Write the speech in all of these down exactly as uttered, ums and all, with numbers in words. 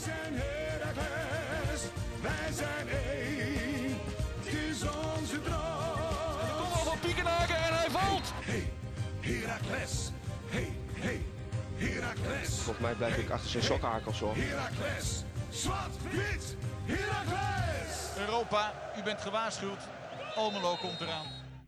zijn Heracles, wij zijn één. Het is onze droom. De goal van Piekenhaken en hij valt. Hey, Heracles. Hey, hey, Heracles. Volgens mij blijf ik achter zijn sokkenhakels hoor. Heracles. Zwart, wit, Heracles. Europa, u bent gewaarschuwd. Almelo komt eraan.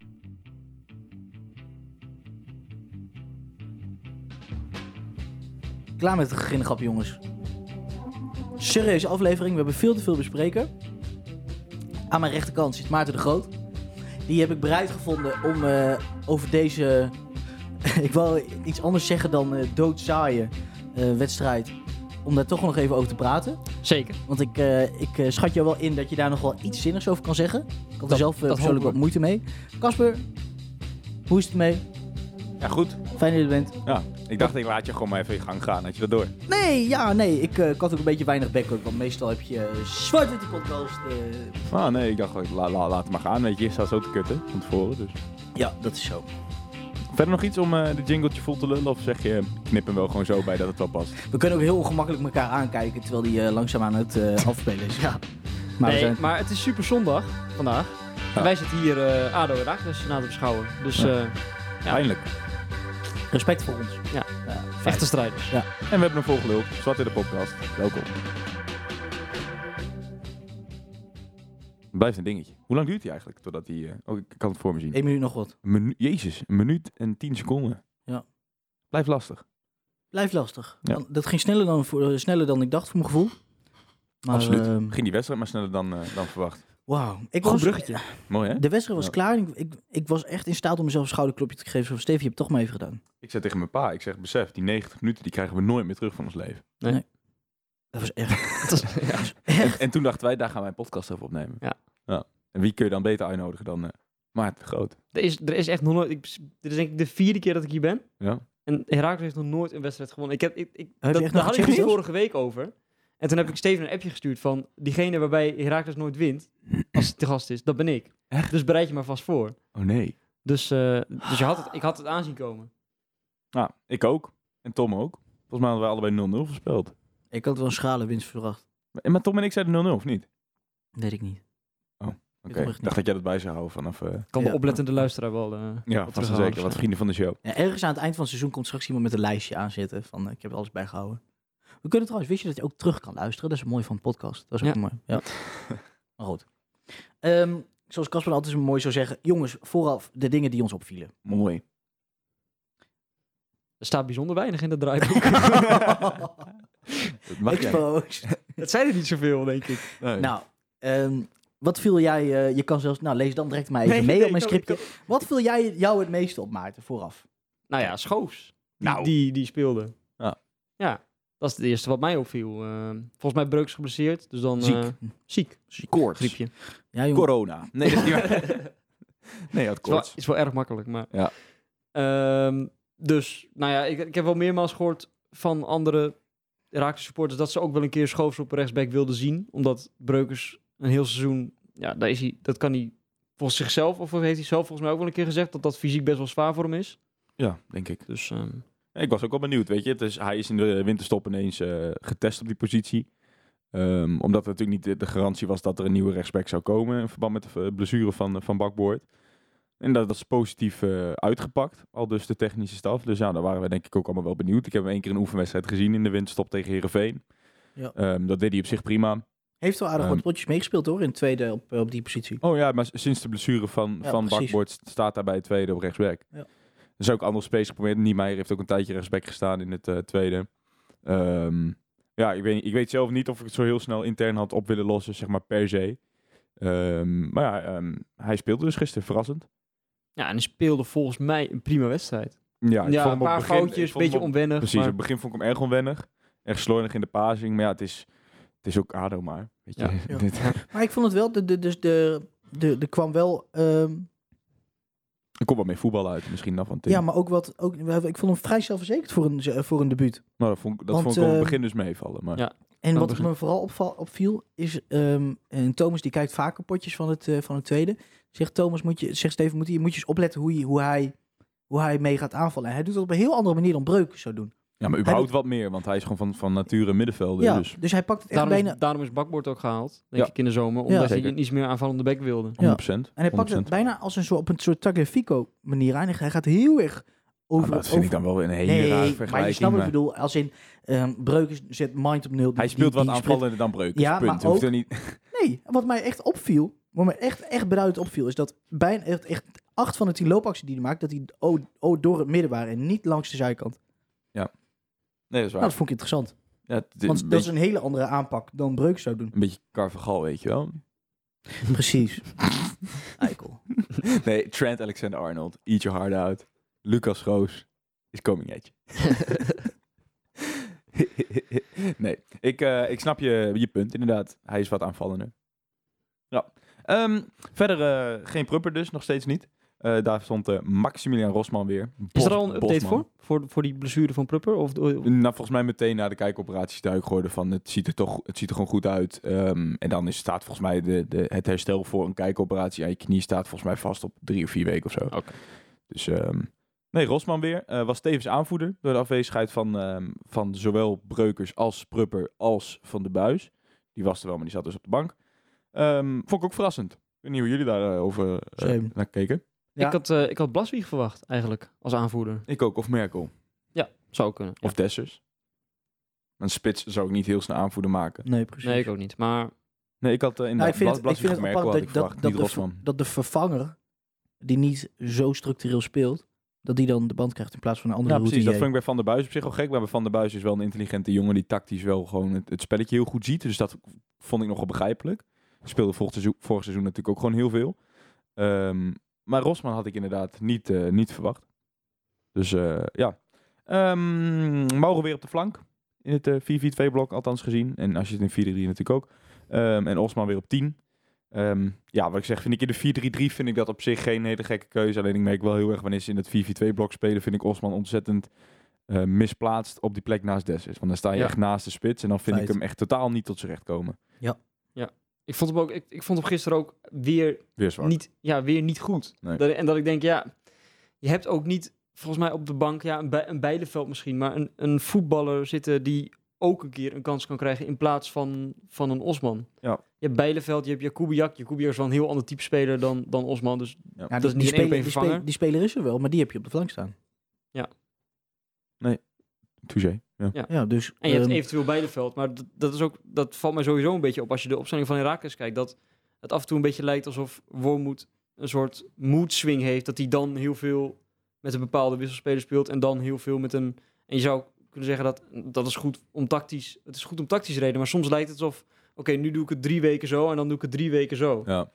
Klaar met het geginnengrap, jongens. Serieuze aflevering. We hebben veel te veel bespreken. Aan mijn rechterkant zit Maarten de Groot. Die heb ik bereid gevonden om uh, over deze... ik wil iets anders zeggen dan uh, doodzaaie uh, wedstrijd. Om daar toch nog even over te praten. Zeker. Want ik, uh, ik uh, schat jou wel in dat je daar nog wel iets zinnigs over kan zeggen. Ik had er Dat- zelf uh, dat persoonlijk hopen wat we. moeite mee. Casper, hoe is het mee? Ja, goed. Fijn dat je er bent. Ja, ik dacht, ik laat je gewoon maar even in gang gaan. Had je dat door? Nee, ja, nee. Ik, uh, ik had ook een beetje weinig bek. Want meestal heb je uh, zwart-witte podcast. Uh, Ah, nee, ik dacht gewoon, la, la, laat het maar gaan. Weet je, je staat zo te kutten van tevoren. Dus. ja, dat is zo. Verder nog iets om uh, de jingletje vol te lullen? Of zeg je, knip hem wel gewoon zo bij dat het wel past? We kunnen ook heel ongemakkelijk elkaar aankijken terwijl die uh, langzaam aan het uh, afspelen is. Ja. Maar we nee, zijn... maar het is super zondag vandaag. Ja. En wij zitten hier uh, A D O Heracles na te beschouwen. Dus Ja. uh, ja, Eindelijk. Respect voor ons. Ja. Ja, fijn. echte strijders. Ja. En we hebben hem volgeluld. Zwart in de podcast. Welkom. Blijft een dingetje. Hoe lang duurt hij eigenlijk? Totdat hij... Uh... Oh, ik kan het voor me zien. Eén minuut nog wat. Een minu- Jezus, een minuut en tien seconden. Ja. Blijft lastig. Blijft lastig. Ja. Dan- Dat ging sneller dan, voor, uh, sneller dan ik dacht, voor mijn gevoel. Maar, Absoluut. uh, Ging die wedstrijd maar sneller dan, uh, dan verwacht. Wauw. Ik Goed was, bruggetje. Mooi, hè? De wedstrijd was Ja. klaar. En ik, ik, ik was echt in staat om mezelf een schouderklopje te geven. Zo, Steve, je hebt het toch maar even gedaan. Ik zei tegen mijn pa, ik zeg, besef, die negentig minuten die krijgen we nooit meer terug van ons leven. Dat was echt... Dat is- ja. En, en toen dachten wij, daar gaan wij een podcast over opnemen. Ja. ja. En wie kun je dan beter uitnodigen dan uh, Maarten de Groot? Er is, er is echt nog nooit... Ik, dit is denk ik de vierde keer dat ik hier ben. Ja. En Heracles heeft nog nooit een wedstrijd gewonnen. Ik heb, ik, ik, je dat, echt daar nog had ik gecheckt het zelfs? vorige week over. En toen heb ik Steven een appje gestuurd van... Diegene waarbij Heracles nooit wint, als hij te gast is, dat ben ik. Echt? Dus bereid je maar vast voor. Oh nee. Dus, uh, dus je had het, ik had het aanzien komen. Nou, ik ook. En Tom ook. Volgens mij hadden wij allebei nul nul verspeeld. Ik had wel een schrale winst verwacht. En maar Tom en ik zeiden nul nul, of niet? Weet ik niet. Oké, oprecht ik niet. dacht dat jij dat bij zou houden vanaf... Uh, Kan Ja. de oplettende luisteraar wel... Uh, ja, wat vast en terughalen zeker. of Wat zo. vrienden van de show. Ja, ergens aan het eind van het seizoen komt straks iemand met een lijstje aanzetten. Van, uh, ik heb alles bijgehouden. We kunnen trouwens, wist je dat je ook terug kan luisteren? Dat is mooi van de podcast. Dat is ook Ja. mooi. Ja. Maar goed. Um, zoals Casper altijd zo mooi zou zeggen. Jongens, vooraf de dingen die ons opvielen. Mooi. Er staat bijzonder weinig in dat draaiboek. Dat mag jij. Exposed. Het zijn er niet zoveel, denk ik. Nee. Nou, um, wat viel jij... Uh, je kan zelfs... Nou, lees dan direct maar even Nee, mee nee, op mijn ik kan- scriptje. Wat viel jij, jou het meeste op, Maarten, vooraf? Nou ja, Schoofs. Die, Nou. die, die speelde. Ja. Ja, dat is het eerste wat mij opviel. Uh, volgens mij Breukers geblesseerd. Dus dan... Ziek. Uh, ziek. Koorts. Griepje. Ja, jongen. Corona. Nee, dat is niet waar. Nee, hij had Is wel, koorts. is wel erg makkelijk, maar... Ja. Um, dus, nou ja, ik, ik heb wel meermaals gehoord van andere Heracles supporters dat ze ook wel een keer Schoofs op rechtsback wilden zien. Omdat Breukers een heel seizoen... Ja, daar is hij, dat kan hij volgens zichzelf, of heeft hij zelf volgens mij ook wel een keer gezegd, dat dat fysiek best wel zwaar voor hem is. Ja, denk ik. Dus... Um, Ik was ook wel benieuwd, weet je. Het is, hij is in de winterstop ineens uh, getest op die positie. Um, omdat er natuurlijk niet de, de garantie was dat er een nieuwe rechtsback zou komen in verband met de uh, blessure van, uh, van Bakboord. En dat, dat is positief uh, uitgepakt, al dus de technische staf. Dus ja, daar waren we denk ik ook allemaal wel benieuwd. Ik heb hem één keer een oefenwedstrijd gezien in de winterstop tegen Heerenveen. Ja. Um, dat deed hij op zich prima. Heeft wel aardig Um, wat potjes meegespeeld hoor, in het tweede op, op die positie. Oh ja, maar sinds de blessure van, Ja, van precies. Bakboord staat hij bij het tweede op rechtsback. Ja. Er zijn ook andere spelers geprobeerd. Niemeyer heeft ook een tijdje rechtsback gestaan in het uh, tweede. Um, ja, ik weet, ik weet zelf niet of ik het zo heel snel intern had op willen lossen, zeg maar per se. Um, maar ja, um, hij speelde dus gisteren verrassend. ja, en hij speelde volgens mij een prima wedstrijd. Ja, ik Ja, vond hem een op paar het begin- ik foutjes, een vond hem beetje op- onwennig. Precies, maar- op het begin vond ik hem erg onwennig. Erg slordig in de passing. Maar ja, het is, het is ook A D O maar. Weet je. Ja. Ja. Dit, Maar ik vond het wel, de, de, dus de, de, de kwam wel... Um, er komt wel mee voetbal uit, misschien dan van Tim. ja, maar ook wat... Ook, ik vond hem vrij zelfverzekerd voor een, voor een debuut. Nou, dat vond, ik- dat Want, vond ik op het uh, begin dus meevallen. Maar Ja. En Aan wat het me vooral opval, opviel, is... Um, en Thomas die kijkt vaker potjes van het, uh, van het tweede. Zegt Thomas, moet je, zegt Steven, moet je, moet je eens opletten hoe, je, hoe, hij, hoe hij mee gaat aanvallen. En hij doet dat op een heel andere manier dan Breukers zou doen. Ja, maar überhaupt wat meer, want hij is gewoon van, van nature middenvelder. Ja, Dus dus hij pakt het echt Daarom, bijna... is, daarom is Bakboord ook gehaald, denk Ja. ik, in de zomer. Omdat Ja, hij zeker. iets meer aanvallende back wilde. honderd procent. En hij pakt het honderd procent. bijna als een soort, op een soort Tagliafico manier aan. Hij gaat heel erg over... Nou, dat vind ik over- dan wel een hele Nee, rare maar vergelijking. je snapt wat maar ik bedoel. Als in um, Breukers zet mind op nul. die- hij speelt die- wat die sprint- aanvallender dan Breukers. Ja, punt. maar Je hoeft ook- er niet... Nee, wat mij echt opviel, wat mij echt, echt beduidend opviel, is dat bijna echt, echt acht van de tien loopacties die hij maakt, dat die oh, oh, door het midden waren en niet langs de zijkant. Nee, dat is waar. Nou, dat vond ik interessant. ja, het is Want een, dat is beetje, een hele andere aanpak dan Breukers zou doen. een beetje Carvajal, weet je wel. Precies. Eikel. Nee, Trent Alexander-Arnold. Eat your heart out. Lucas Roos is coming at you. Nee, ik, uh, ik snap je, je punt inderdaad. Hij is wat aanvallender. Ja. Um, verder uh, geen Prupper dus, nog steeds niet. Uh, daar stond uh, Maximilian Rosman weer. Is Bos, er al een update Bosman. voor? voor? Voor die blessure van Prupper? Of, of- Nou, volgens mij meteen na de kijkoperatie duidelijk geworden van het ziet er toch het ziet er gewoon goed uit. Um, en dan is, staat volgens mij de, de, het herstel voor een kijkoperatie aan je knie staat volgens mij vast op drie of vier weken of zo. Oké. Dus um, nee, Rosman weer. Uh, was tevens aanvoerder door de afwezigheid van, um, van zowel Breukers als Prupper als Van de Buis. Die was er wel, maar die zat dus op de bank. Um, vond ik ook verrassend. Ik weet niet hoe jullie daarover uh, Same. naar keken. Ja. Ik had, uh, ik had Blaswieg verwacht, eigenlijk, als aanvoerder. Ik ook, of Merkel. Ja, zou kunnen. Ja. Of Dessers. Een spits zou ik niet heel snel aanvoerder maken. Nee, precies. Nee, ik ook niet. Maar Nee, ik had uh, in Nou, de ik vind het, ik Blas- vind het Merkel apart had ik dat, dat, verwacht, dat, niet de, ver- Rosman. dat de vervanger, die niet zo structureel speelt, dat die dan de band krijgt in plaats van een andere Ja, precies. Dat routinier. vond ik bij Van der Buis op zich wel gek. Maar bij Van der Buis is wel een intelligente jongen die tactisch wel gewoon het, het spelletje heel goed ziet. Dus dat vond ik nogal begrijpelijk. Speelde vorig seizoen, vorig seizoen natuurlijk ook gewoon heel veel. Um, maar Rosman had ik inderdaad niet, uh, niet verwacht. Dus uh, ja. Um, Mauro weer op de flank. In het uh, vier vier twee blok althans gezien. En als je het in vier drie drie natuurlijk ook. Um, en Osman weer op tien. Um, ja, wat ik zeg, vind ik in de vier drie drie vind ik dat op zich geen hele gekke keuze. Alleen ik merk wel heel erg wanneer ze in het vier vier twee blok spelen, vind ik Osman ontzettend uh, misplaatst op die plek naast Dessus. Want dan sta je Ja. echt naast de spits en dan vind Feit. ik hem echt totaal niet tot zijn recht komen. ik vond hem ook, ik, ik vond hem gisteren ook weer Weer zwak. niet, ja, weer niet goed. Nee. Dat, en dat ik denk, ja, je hebt ook niet, volgens mij op de bank, ja, een, bij, een Bijleveld misschien, maar een, een voetballer zitten die ook een keer een kans kan krijgen in plaats van, van een Osman. Ja. Je hebt Bijleveld, je hebt Jakubiak. Jakubiak is wel een heel ander type speler dan, dan Osman, dus Ja. Ja, dat is die, niet die, een één op speler, één die, vervanger. speler, die speler is er wel, maar die heb je op de flank staan. Touché. Ja. Ja. Ja, dus... En je hebt ehm, eventueel Bijleveld, maar dat, dat, is ook, dat valt mij sowieso een beetje op als je de opstelling van Heracles kijkt. Dat het af en toe een beetje lijkt alsof Wormoed een soort mood swing heeft. Dat hij dan heel veel met een bepaalde wisselspeler speelt en dan heel veel met een... En je zou kunnen zeggen dat dat is goed om tactisch... Het is goed om tactische reden, maar soms lijkt het alsof... Oké, okay, nu doe ik het drie weken zo en dan doe ik het drie weken zo. Ja.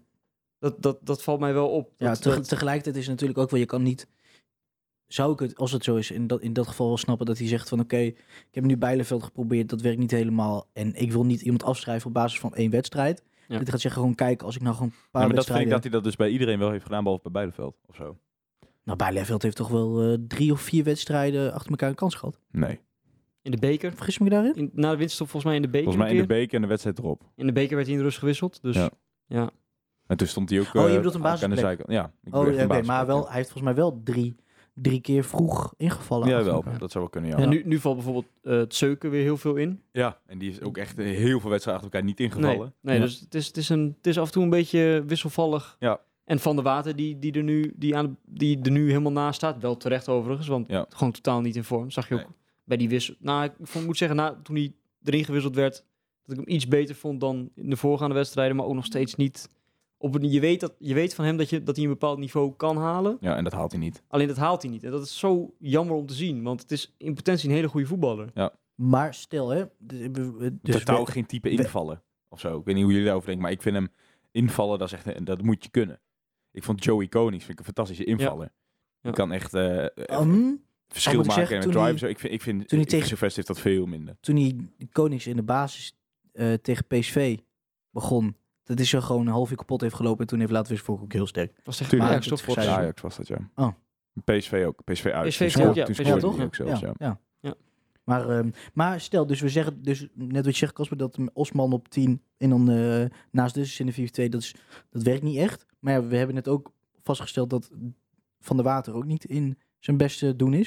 Dat, dat, dat valt mij wel op. ja, Dat, teg- dat- tegelijkertijd is het natuurlijk ook wel, je kan niet... Zou ik het, als het zo is, in dat, in dat geval wel snappen dat hij zegt van oké, ik heb nu Bijleveld geprobeerd, dat werkt niet helemaal. En ik wil niet iemand afschrijven op basis van één wedstrijd. Ja. Dit gaat zeggen gewoon kijken, als ik nou gewoon een paar Ja, maar dat vind ik wedstrijden... dat hij dat dus bij iedereen wel heeft gedaan, behalve bij Bijleveld of zo. Nou, Bijleveld heeft toch wel eh, drie of vier wedstrijden achter elkaar een kans gehad. Nee. in de beker. Vergis me daarin? In, na de winststop volgens mij in de beker. Volgens mij een in de keer. beker en de wedstrijd erop. In de beker werd hij in de rust gewisseld. Dus Ja. ja. En toen stond hij ook Oh, je eh, bedoelt een aan de basisplek? zijkant. Ja, ik bedoel Oh, echt ja, een oké, maar basisplek, wel, ja. hij heeft volgens mij wel drie, drie keer vroeg ingevallen. Ja, achter wel. elkaar. Dat zou wel kunnen, ja. En Ja, nu, nu valt bijvoorbeeld uh, het Zeuken weer heel veel in. en die is ook echt eh, heel veel wedstrijden achter elkaar niet ingevallen. Nee, nee Ja. dus het is, het, is een, het is af en toe een beetje wisselvallig. Ja. En Van der Water, die, die, er nu, die, aan, die er nu helemaal naast staat. Wel terecht overigens, want Ja. gewoon totaal niet in vorm. Zag je ook Nee. bij die wissel. Nou, ik vond, moet zeggen, na, toen hij erin gewisseld werd, dat ik hem iets beter vond dan in de voorgaande wedstrijden. Maar ook nog steeds niet... Op een, je, weet dat, je weet van hem dat, je, dat hij een bepaald niveau kan halen. Ja, en dat haalt hij niet. Alleen dat haalt hij niet. En dat is zo jammer om te zien. Want het is in potentie een hele goede voetballer. Maar stel, hè. Dus, dus Dus Totaal we- ook geen type we- invallen of zo. Ik weet niet hoe jullie daarover denken, maar ik vind hem invallen, dat, is echt, een- dat moet je kunnen. Ik vond Joey Konings vind ik een fantastische invaller. Ja. Die kan echt eh, eh, Um, verschil moet ik maken zeggen, en toen drive. hij- Zo. Ik vind, ik vind toen hij ik- tegen- Sylvester heeft dat veel minder. toen hij Konings in de basis eh, tegen P S V begon, dat is er gewoon een half uur kapot heeft gelopen en toen heeft laten wisselen, vond ik ook heel sterk. Was echt Tuurlijk. Ajax Maar toch? het voor zei- Ja, Ja. Ajax was dat, ja. Oh. P S V ook. P S V uit. P S V Toen ook, scoorde- ja. toen P S V scoorde ook, hij ja. ook zelfs, ja. ja. Ja. Maar, ehm, maar stel, dus we zeggen, dus net wat je zegt, Casper, dat Osman op tien en dan eh, naast dus in de vier twee, dat, is, dat werkt niet echt. Maar ja, we hebben net ook vastgesteld dat Van der Water ook niet in zijn beste doen is.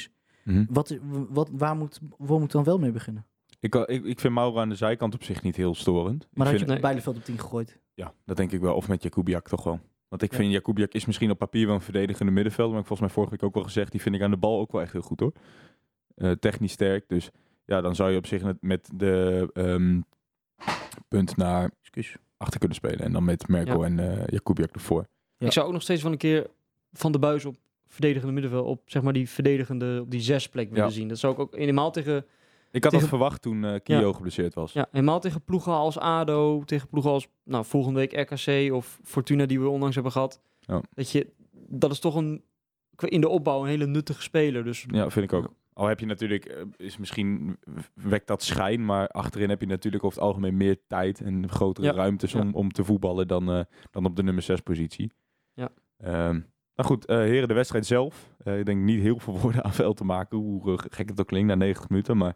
Mhm. Wat, wat, waar, moet, waar moet dan wel mee beginnen? Ik, ik, ik vind Mauro aan de zijkant op zich niet heel storend. Maar ik had je vind, op Bijleveld op tien gegooid? Ja, dat denk ik wel. Of met Jakubiak toch wel. Want ik Ja. vind Jakubiak is misschien op papier wel een verdedigende middenveld. Maar ik volgens mij vorige week ook wel gezegd, die vind ik aan de bal ook wel echt heel goed hoor. Uh, technisch sterk. Dus ja, dan zou je op zich met, met de um, punt naar Excuus. achter kunnen spelen. En dan met Merkel Ja. en uh, Jakubiak ervoor. Ja. Ik zou ook nog steeds wel een keer Van de Buis op verdedigende middenveld, op zeg maar die verdedigende, op die zes plek willen Ja. zien. Dat zou ik ook helemaal tegen, Ik had Tegen- dat verwacht toen uh, Kio Ja. geblesseerd was. ja, helemaal tegen ploegen als A D O, tegen ploegen als, nou, volgende week R K C of Fortuna die we onlangs hebben gehad. Ja. Dat je, dat is toch een, in de opbouw een hele nuttige speler. Dus Ja, vind ik ook. Al heb je natuurlijk, uh, is misschien wekt dat schijn, maar achterin heb je natuurlijk over het algemeen meer tijd en grotere Ja. ruimtes Ja. om, om te voetballen dan, uh, dan op de nummer zes positie. Ja. Um, nou goed, uh, heren, de wedstrijd zelf. Uh, ik denk niet heel veel woorden aan vuil te maken, hoe uh, gek het ook klinkt na negentig minuten, maar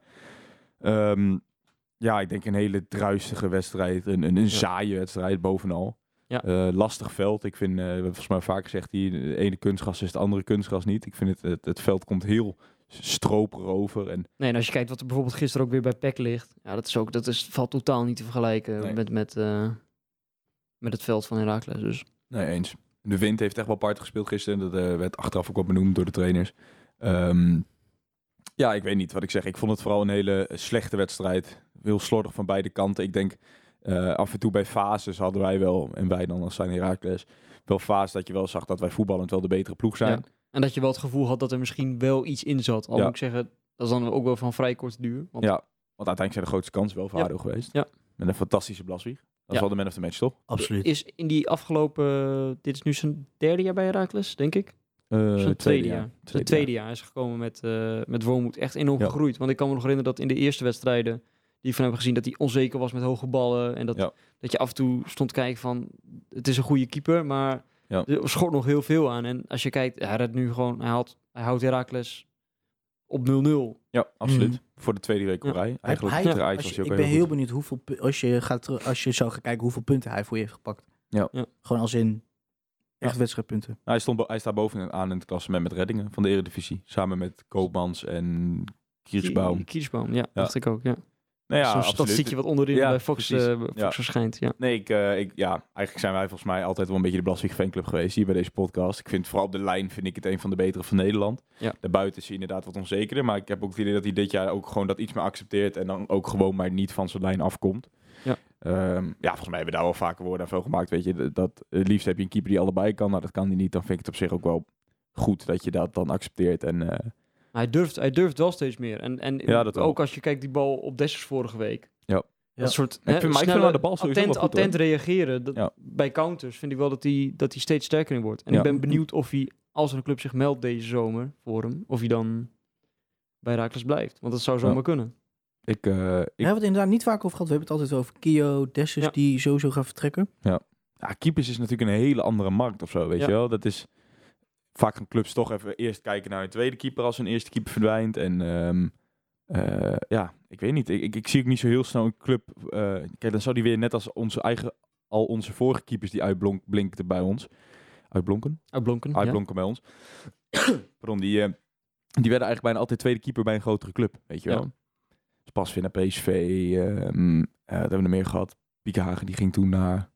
um, ja, ik denk een hele druistige wedstrijd, een, een, een Ja. saaie wedstrijd bovenal. Ja. Uh, lastig veld. Ik vind, uh, we hebben volgens mij vaak gezegd, die, de ene kunstgras is het andere kunstgras niet. Ik vind het, het, het veld komt heel stroper over. En nee, en als je kijkt wat er bijvoorbeeld gisteren ook weer bij P E C ligt, ja, dat is ook, dat is, valt totaal niet te vergelijken Nee. met, met, uh, met het veld van Heracles. Dus nee, eens. De wind heeft echt wel parten gespeeld gisteren. Dat uh, werd achteraf ook wat benoemd door de trainers. Um, ja, ik weet niet wat ik zeg. Ik vond het vooral een hele slechte wedstrijd. Heel slordig van beide kanten. Ik denk uh, af en toe bij fases hadden wij wel, en wij dan als zijn Heracles, wel fases dat je wel zag dat wij voetballend wel de betere ploeg zijn. Ja. En dat je wel het gevoel had dat er misschien wel iets in zat. Al Ja. moet ik zeggen, dat is dan ook wel van vrij korte duur. Want Ja, want uiteindelijk zijn de grootste kansen wel voor Ja. A D O geweest. Ja. Met een fantastische Blaswieg. Dat is Ja. wel de man of the match, toch? Absoluut. is in die afgelopen, dit is nu zijn derde jaar bij Heracles, denk ik. Uh, Zijn tweede jaar. Zijn Tweede tweede jaar is gekomen met, uh, met Wormoed. Echt enorm Ja. gegroeid. Want ik kan me nog herinneren dat in de eerste wedstrijden die ik van heb gezien, dat hij onzeker was met hoge ballen. En dat, Ja. dat je af en toe stond te kijken van, het is een goede keeper, maar Ja. er schort nog heel veel aan. En als je kijkt, hij redt nu gewoon, hij, haalt, hij houdt Heracles op nul nul. Ja, absoluut. Mhm. Voor de tweede week op Ja. rij. Eigenlijk Hij- tegen als Ajax je- was hij ook ik ben heel heel goed. benieuwd hoeveel pu- als je gaat ter- als je zou gaan kijken hoeveel punten hij voor je heeft gepakt. Ja. Ja. Gewoon als in echt Ja. wedstrijdpunten. Nou, hij, stond, bo- hij staat bovenaan in het klassement met reddingen van de Eredivisie. Samen met Koopmans en Kiersbaum. Kiersbaum, ja, dacht ik ook, ja. Nou ja, Zo'n absoluut. statistiekje wat onderin Ja, bij Fox, precies. uh, Fox Ja. verschijnt, ja. Nee, ik, uh, ik, ja, eigenlijk zijn wij volgens mij altijd wel een beetje de Blaswieg fanclub geweest hier bij deze podcast. Ik vind vooral op de lijn vind ik het een van de betere van Nederland. Ja. Daarbuiten is hij inderdaad wat onzekerder. Maar ik heb ook het idee dat hij dit jaar ook gewoon dat iets meer accepteert. En dan ook gewoon maar niet van zijn lijn afkomt. Ja. Um, ja, volgens mij hebben we daar wel vaker woorden aan veel gemaakt. Weet je, dat, het liefst heb je een keeper die allebei kan. Nou, dat kan hij niet. Dan vind ik het op zich ook wel goed dat je dat dan accepteert. En uh, Hij durft, hij durft wel steeds meer. En, en Ja, dat wel. ook als je kijkt die bal op Dessers vorige week. Ja. Dat soort Ik vind- maar ik vind snelle, wel de bal sowieso attent, wel goed, attent reageren. Dat, Ja. Bij counters vind ik wel dat hij, dat hij steeds sterker in wordt. En Ja. ik ben benieuwd of hij, als er een club zich meldt deze zomer voor hem, of hij dan bij Heracles blijft. Want dat zou zomaar Ja. kunnen. ik, uh, ik, Daar hebben we het inderdaad niet vaak over gehad. We hebben het altijd over Kio, Dessus Ja. die sowieso gaan vertrekken. ja, keepers is natuurlijk een hele andere markt of zo, weet Ja. je wel. Dat is vaak gaan clubs toch even eerst kijken naar een tweede keeper als hun eerste keeper verdwijnt. En um, uh, ja, ik weet niet. Ik, ik, ik zie ook niet zo heel snel een club. Uh, kijk, dan zou die weer net als onze eigen, al onze vorige keepers die uitblinkten bij ons. Uitblonken? Uitblonken. ja. Uitblonken bij ons. Pardon, die, uh, die werden eigenlijk bijna altijd tweede keeper bij een grotere club, weet je wel. Ja. Dus pas weer naar P S V. Um, uh, dat hebben we er meer gehad. Piekenhagen die ging toen naar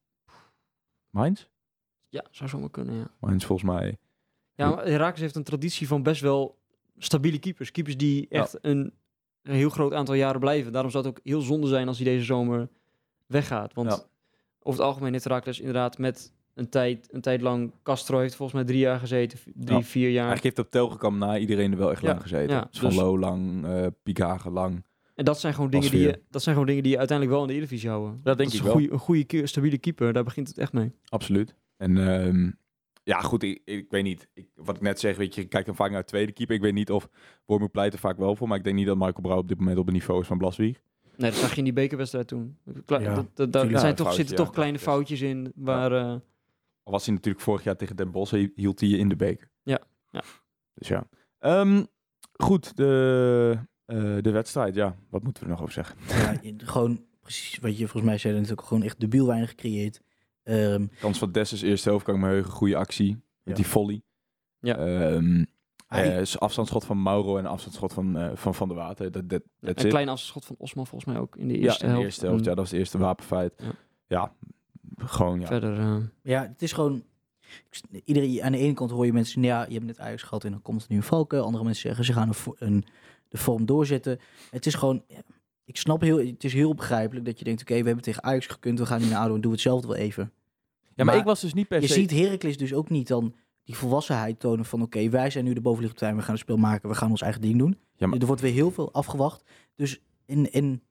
Mainz. Ja, zou zomaar kunnen, ja. Mainz volgens mij. Ja, maar Heracles heeft een traditie van best wel stabiele keepers. Keepers die Ja. echt een, een heel groot aantal jaren blijven. Daarom zou het ook heel zonde zijn als hij deze zomer weggaat. Want Ja. over het algemeen heeft Heracles inderdaad met een tijd, een tijd lang... Castro heeft volgens mij drie jaar gezeten. v- Drie, Ja. vier jaar. Eigenlijk heeft op Telgekamp na iedereen er wel echt Ja, lang gezeten. ja, Dus Van dus- Loo lang, uh, Piekenhagen lang. En dat zijn gewoon dingen Als die weer. je, dat zijn gewoon dingen die je uiteindelijk wel in de Eredivisie houden. Dat denk is ik een wel. goeie- een goede, keer- stabiele keeper. Daar begint het echt mee. Absoluut. En um, ja, goed, ik, ik weet niet. Ik, wat ik net zeg, weet je, je kijkt dan vaak naar de tweede keeper. Ik weet niet of Wormoed pleit er vaak wel voor, maar ik denk niet dat Michael Brouw op dit moment op het niveau is van Blaswieg. Nee, dat zag je in die bekerwedstrijd toen. Kla- Ja, dat, dat, daar tuurlijk. zijn Ja, toch, foutje, zitten ja. toch kleine foutjes in waar... eh, Al was hij natuurlijk vorig jaar tegen Den Bosch, hij hield hij je in de beker. Ja, ja. Dus ja. Um, goed, de, uh, de wedstrijd, ja. Wat moeten we er nog over zeggen? Ja, je- gewoon precies wat je volgens mij zei. Natuurlijk gewoon echt debiel weinig gecreëerd. Um, Kans van Dessus eerste helft kan ik me heugen. Goede actie. Met Ja. die volley. Ja. Um, Uh, is afstandsschot van Mauro en een afstandsschot van uh, van, van de Water. Dat, dat, Ja, een klein afstandsschot van Osman volgens mij ook in de eerste ja, in helft. de eerste helft. Ja, dat was de eerste wapenfeit. Ja. Ja, gewoon ja. Verder... Uh... Ja, het is gewoon... Iedereen, aan de ene kant hoor je mensen... Ja, je hebt net Ajax gehad en dan komt het nu een valken. Andere mensen zeggen, ze gaan een, een, de vorm doorzetten. Het is gewoon... Ja, ik snap heel... Het is heel begrijpelijk dat je denkt... Oké, okay, we hebben tegen Ajax gekund. We gaan nu naar A D O en doen we hetzelfde wel even. Ja, maar, maar ik was dus niet per je se... Je ziet Heracles dus ook niet dan... die volwassenheid tonen van... oké, okay, wij zijn nu de bovenliggende partij, we gaan het spel maken, we gaan ons eigen ding doen. Ja, maar... Er wordt weer heel veel afgewacht. Dus in... in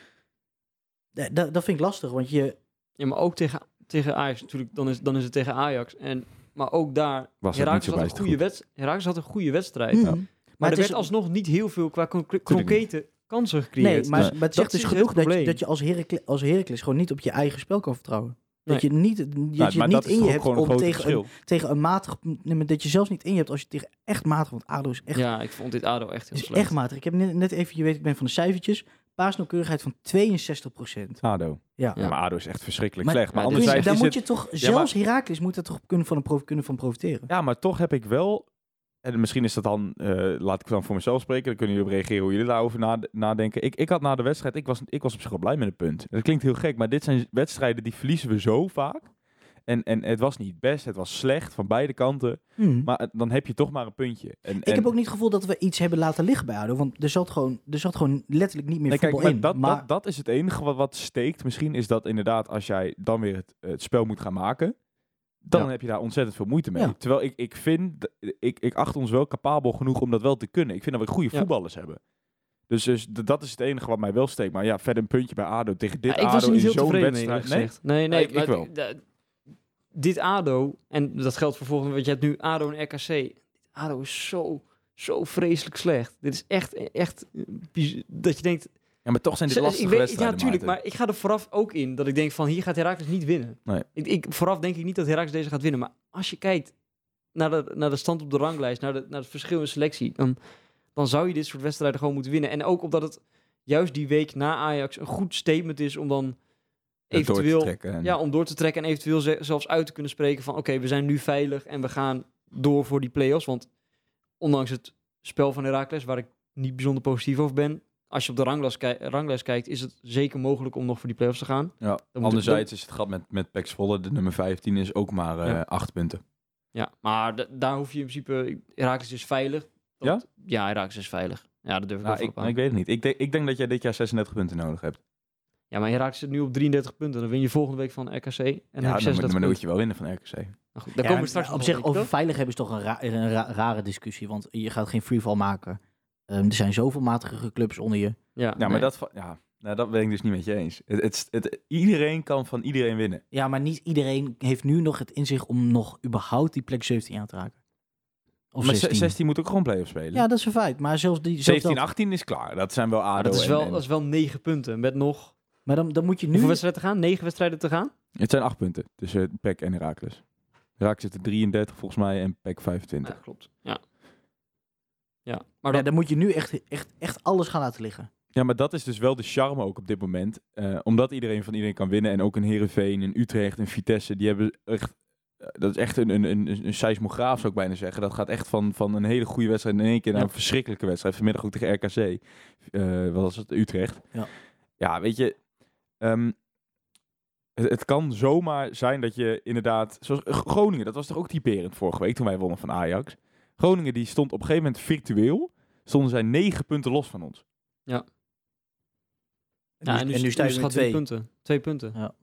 d- d- dat vind ik lastig, want je... Ja, maar ook tegen, tegen Ajax natuurlijk, dan is, dan is het tegen Ajax. En, maar ook daar, was Heracles had, had, een goede wedst- Heracles had een goede wedstrijd. Mm. Ja. Maar, maar er het werd is... alsnog niet heel veel qua concrete kansen gecreëerd. Nee, maar, Nee. maar het zegt Dat dus is genoeg het dat je, probleem. dat je als Heracles, als Heracles gewoon niet op je eigen spel kan vertrouwen. Dat Nee. je niet, dat Nou, je maar het niet dat is in toch je ook hebt gewoon een om groot tegen verschil. een, tegen een matig... Nee, maar dat je zelfs niet in je hebt als je tegen echt matig... Want A D O is echt, Ja, ik vond dit A D O echt heel is slecht. echt matig. Ik heb net, net even, je weet, ik ben van de cijfertjes. Paasnauwkeurigheid van tweeënzestig procent. A D O. Ja. Ja, maar A D O is echt verschrikkelijk Maar- slecht. Maar ja, dit anderzijds Daar is moet het... je toch... Ja, zelfs Heracles moet daar toch kunnen van, een prof, kunnen van profiteren. Ja, maar toch heb ik wel... En misschien is dat dan... Uh, laat ik dan voor mezelf spreken. Dan kunnen jullie op reageren hoe jullie daarover nade- nadenken. Ik, ik had na de wedstrijd... Ik was, ik was op zich wel blij met een punt. Dat klinkt heel gek. Maar dit zijn wedstrijden die verliezen we zo vaak. En, en het was niet best. Het was slecht van beide kanten. Hmm. Maar dan heb je toch maar een puntje. En, Ik en, heb ook niet het gevoel dat we iets hebben laten liggen bij A D O. Want er zat gewoon, er zat gewoon letterlijk niet meer Nee, kijk, voetbal maar in. dat, maar dat, dat is het enige wat, wat steekt. Misschien is dat inderdaad als jij dan weer het, het spel moet gaan maken. Dan Ja. heb je daar ontzettend veel moeite mee. Ja. Terwijl ik, ik vind, d- ik, ik acht ons wel capabel genoeg om dat wel te kunnen. Ik vind dat we goede Ja. voetballers hebben. Dus, dus d- dat is het enige wat mij wel steekt. Maar ja, verder een puntje bij A D O tegen dit Ja, ik was er A D O niet in heel zo'n tevreden mee, wedstrijd. eerlijk gezegd. Nee, nee, Ja, ik- ik maar wel. d- d- dit A D O, en dat geldt voor volgende, want je hebt nu A D O en R K C. Dit A D O is zo, zo vreselijk slecht. Dit is echt, echt, eh, biz- dat je denkt... Ja, maar toch zijn dit Ze- lastige ik weet, wedstrijden. Ja, tuurlijk, Maarten. maar ik ga er vooraf ook in dat ik denk van, hier gaat Heracles niet winnen. Nee. Ik, ik, vooraf denk ik niet dat Heracles deze gaat winnen, maar als je kijkt naar de, naar de stand op de ranglijst, naar, de, naar het verschil in selectie, dan, dan zou je dit soort wedstrijden gewoon moeten winnen. En ook omdat het juist die week na Ajax een goed statement is om dan Het door te eventueel... trekken en- Ja, om door te trekken en eventueel ze- zelfs uit te kunnen spreken van, oké, we zijn nu veilig en we gaan door voor die play-offs. Want ondanks het spel van Heracles, waar ik niet bijzonder positief over ben, als je op de ranglijst, ki- ranglijst kijkt, is het zeker mogelijk om nog voor die play-offs te gaan. Ja, moet anderzijds is het gat met, met P E C Zwolle, de nummer vijftien, is ook maar uh, Ja. acht punten. Ja, maar d- daar hoef je in principe... Heracles is veilig. Dat, ja, Heracles is veilig. Ja, dat durf ik Nou, wel ik, aan. ik weet het niet. Ik, denk- ik denk dat jij dit jaar zesendertig punten nodig hebt. Ja, maar Heracles zit nu op drieëndertig punten. Dan win je volgende week van R K C. En dan Ja, heb je dan, moet- zesendertig maar dan moet punten. je wel winnen van R K C. Nou goed, daar Ja, komen we straks op nog zich, op, over toch? veilig hebben is toch een, ra- een ra- rare discussie. Want je gaat geen freefall maken. Um, er zijn zoveel matige clubs onder je. Ja, Ja, maar nee. dat, va- ja, nou, dat ben ik dus niet met je eens. Het, het, het, iedereen kan van iedereen winnen. Ja, maar niet iedereen heeft nu nog het in zich om nog überhaupt die plek zeventien aan te raken. Of maar zestien. zestien moet ook gewoon play-off spelen. Ja, dat is een feit. Maar zelfs die... zelfs zeventien, dat- achttien is klaar. Dat zijn wel A D O dat, is en- wel, en- dat is wel negen punten. Met nog... Maar dan, dan moet je nu... Hoeveel wedstrijden te gaan? Negen wedstrijden te gaan? Het zijn acht punten tussen P E C en Heracles. Heracles zit er drieëndertig volgens mij en P E C vijfentwintig. Ja, klopt. Ja. Ja, maar Ja, dat... dan moet je nu echt, echt, echt alles gaan laten liggen. Ja, maar dat is dus wel de charme ook op dit moment. Eh, omdat iedereen van iedereen kan winnen. En ook een Heerenveen, een Utrecht, een Vitesse. Die hebben echt... eh, dat is echt een, een, een, een seismograaf, zou ik bijna zeggen. Dat gaat echt van, van een hele goede wedstrijd in één keer naar Ja. een verschrikkelijke wedstrijd. Vanmiddag ook tegen R K C. Eh, wat was het? Utrecht. Ja. Ja, weet je... ehm, het, het kan zomaar zijn dat je inderdaad... Zoals Groningen, dat was toch ook typerend vorige week toen wij wonnen van Ajax. Groningen die stond op een gegeven moment virtueel. Stonden zij negen punten los van ons. Ja, En nu, en nu, en nu sta je met schat twee. punten. Twee punten.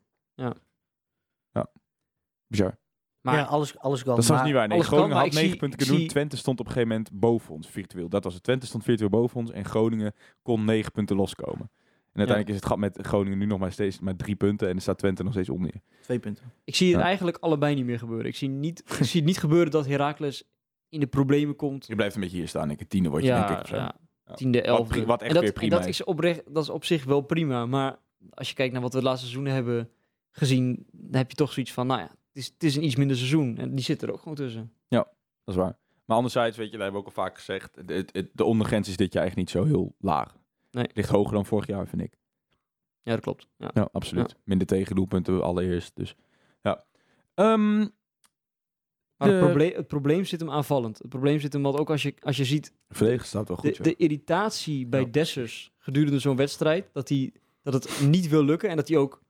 Bizar. Maar ja, alles, alles kan. Dat is zelfs maar- niet waar. Nee, alles kan, Groningen maar had ik negen zie- punten ik kunnen doen. zie- Twente stond op een gegeven moment boven ons virtueel. Dat was het. Twente stond virtueel boven ons en Groningen kon negen punten loskomen. En uiteindelijk is het gat met Groningen nu nog maar steeds maar drie punten en er staat Twente nog steeds onder je. Twee punten. ik zie het Ja. eigenlijk allebei niet meer gebeuren. Ik zie, niet, ik zie het niet gebeuren dat Heracles in de problemen komt. Je blijft een beetje hier staan. Ik, een tiende word je denk ik. Of zo. ja, Ja. tiende, elfde. pri- wat echt en dat, weer prima en dat is. is, oprecht, dat is op zich wel prima. Maar als je kijkt naar wat we de laatste seizoenen hebben gezien, dan heb je toch zoiets van, nou ja, het is, het is een iets minder seizoen. En die zit er ook gewoon tussen. Dat is waar. Maar anderzijds, weet je, dat hebben we ook al vaak gezegd. Het, het, het- de ondergrens is dit jaar echt niet zo heel laag. Nee. Het ligt hoger dan vorig jaar, vind ik. Ja, dat klopt. Ja. Ja, absoluut. Minder tegendoelpunten allereerst. Dus ja. Ehm, Maar De- het, probleem, het probleem zit hem aanvallend. Het probleem zit hem, want ook als je, als je ziet Verdediger staat wel goed. de, de irritatie bij Ja. Dessers gedurende zo'n wedstrijd, dat, hij, dat het niet wil lukken en dat hij ook...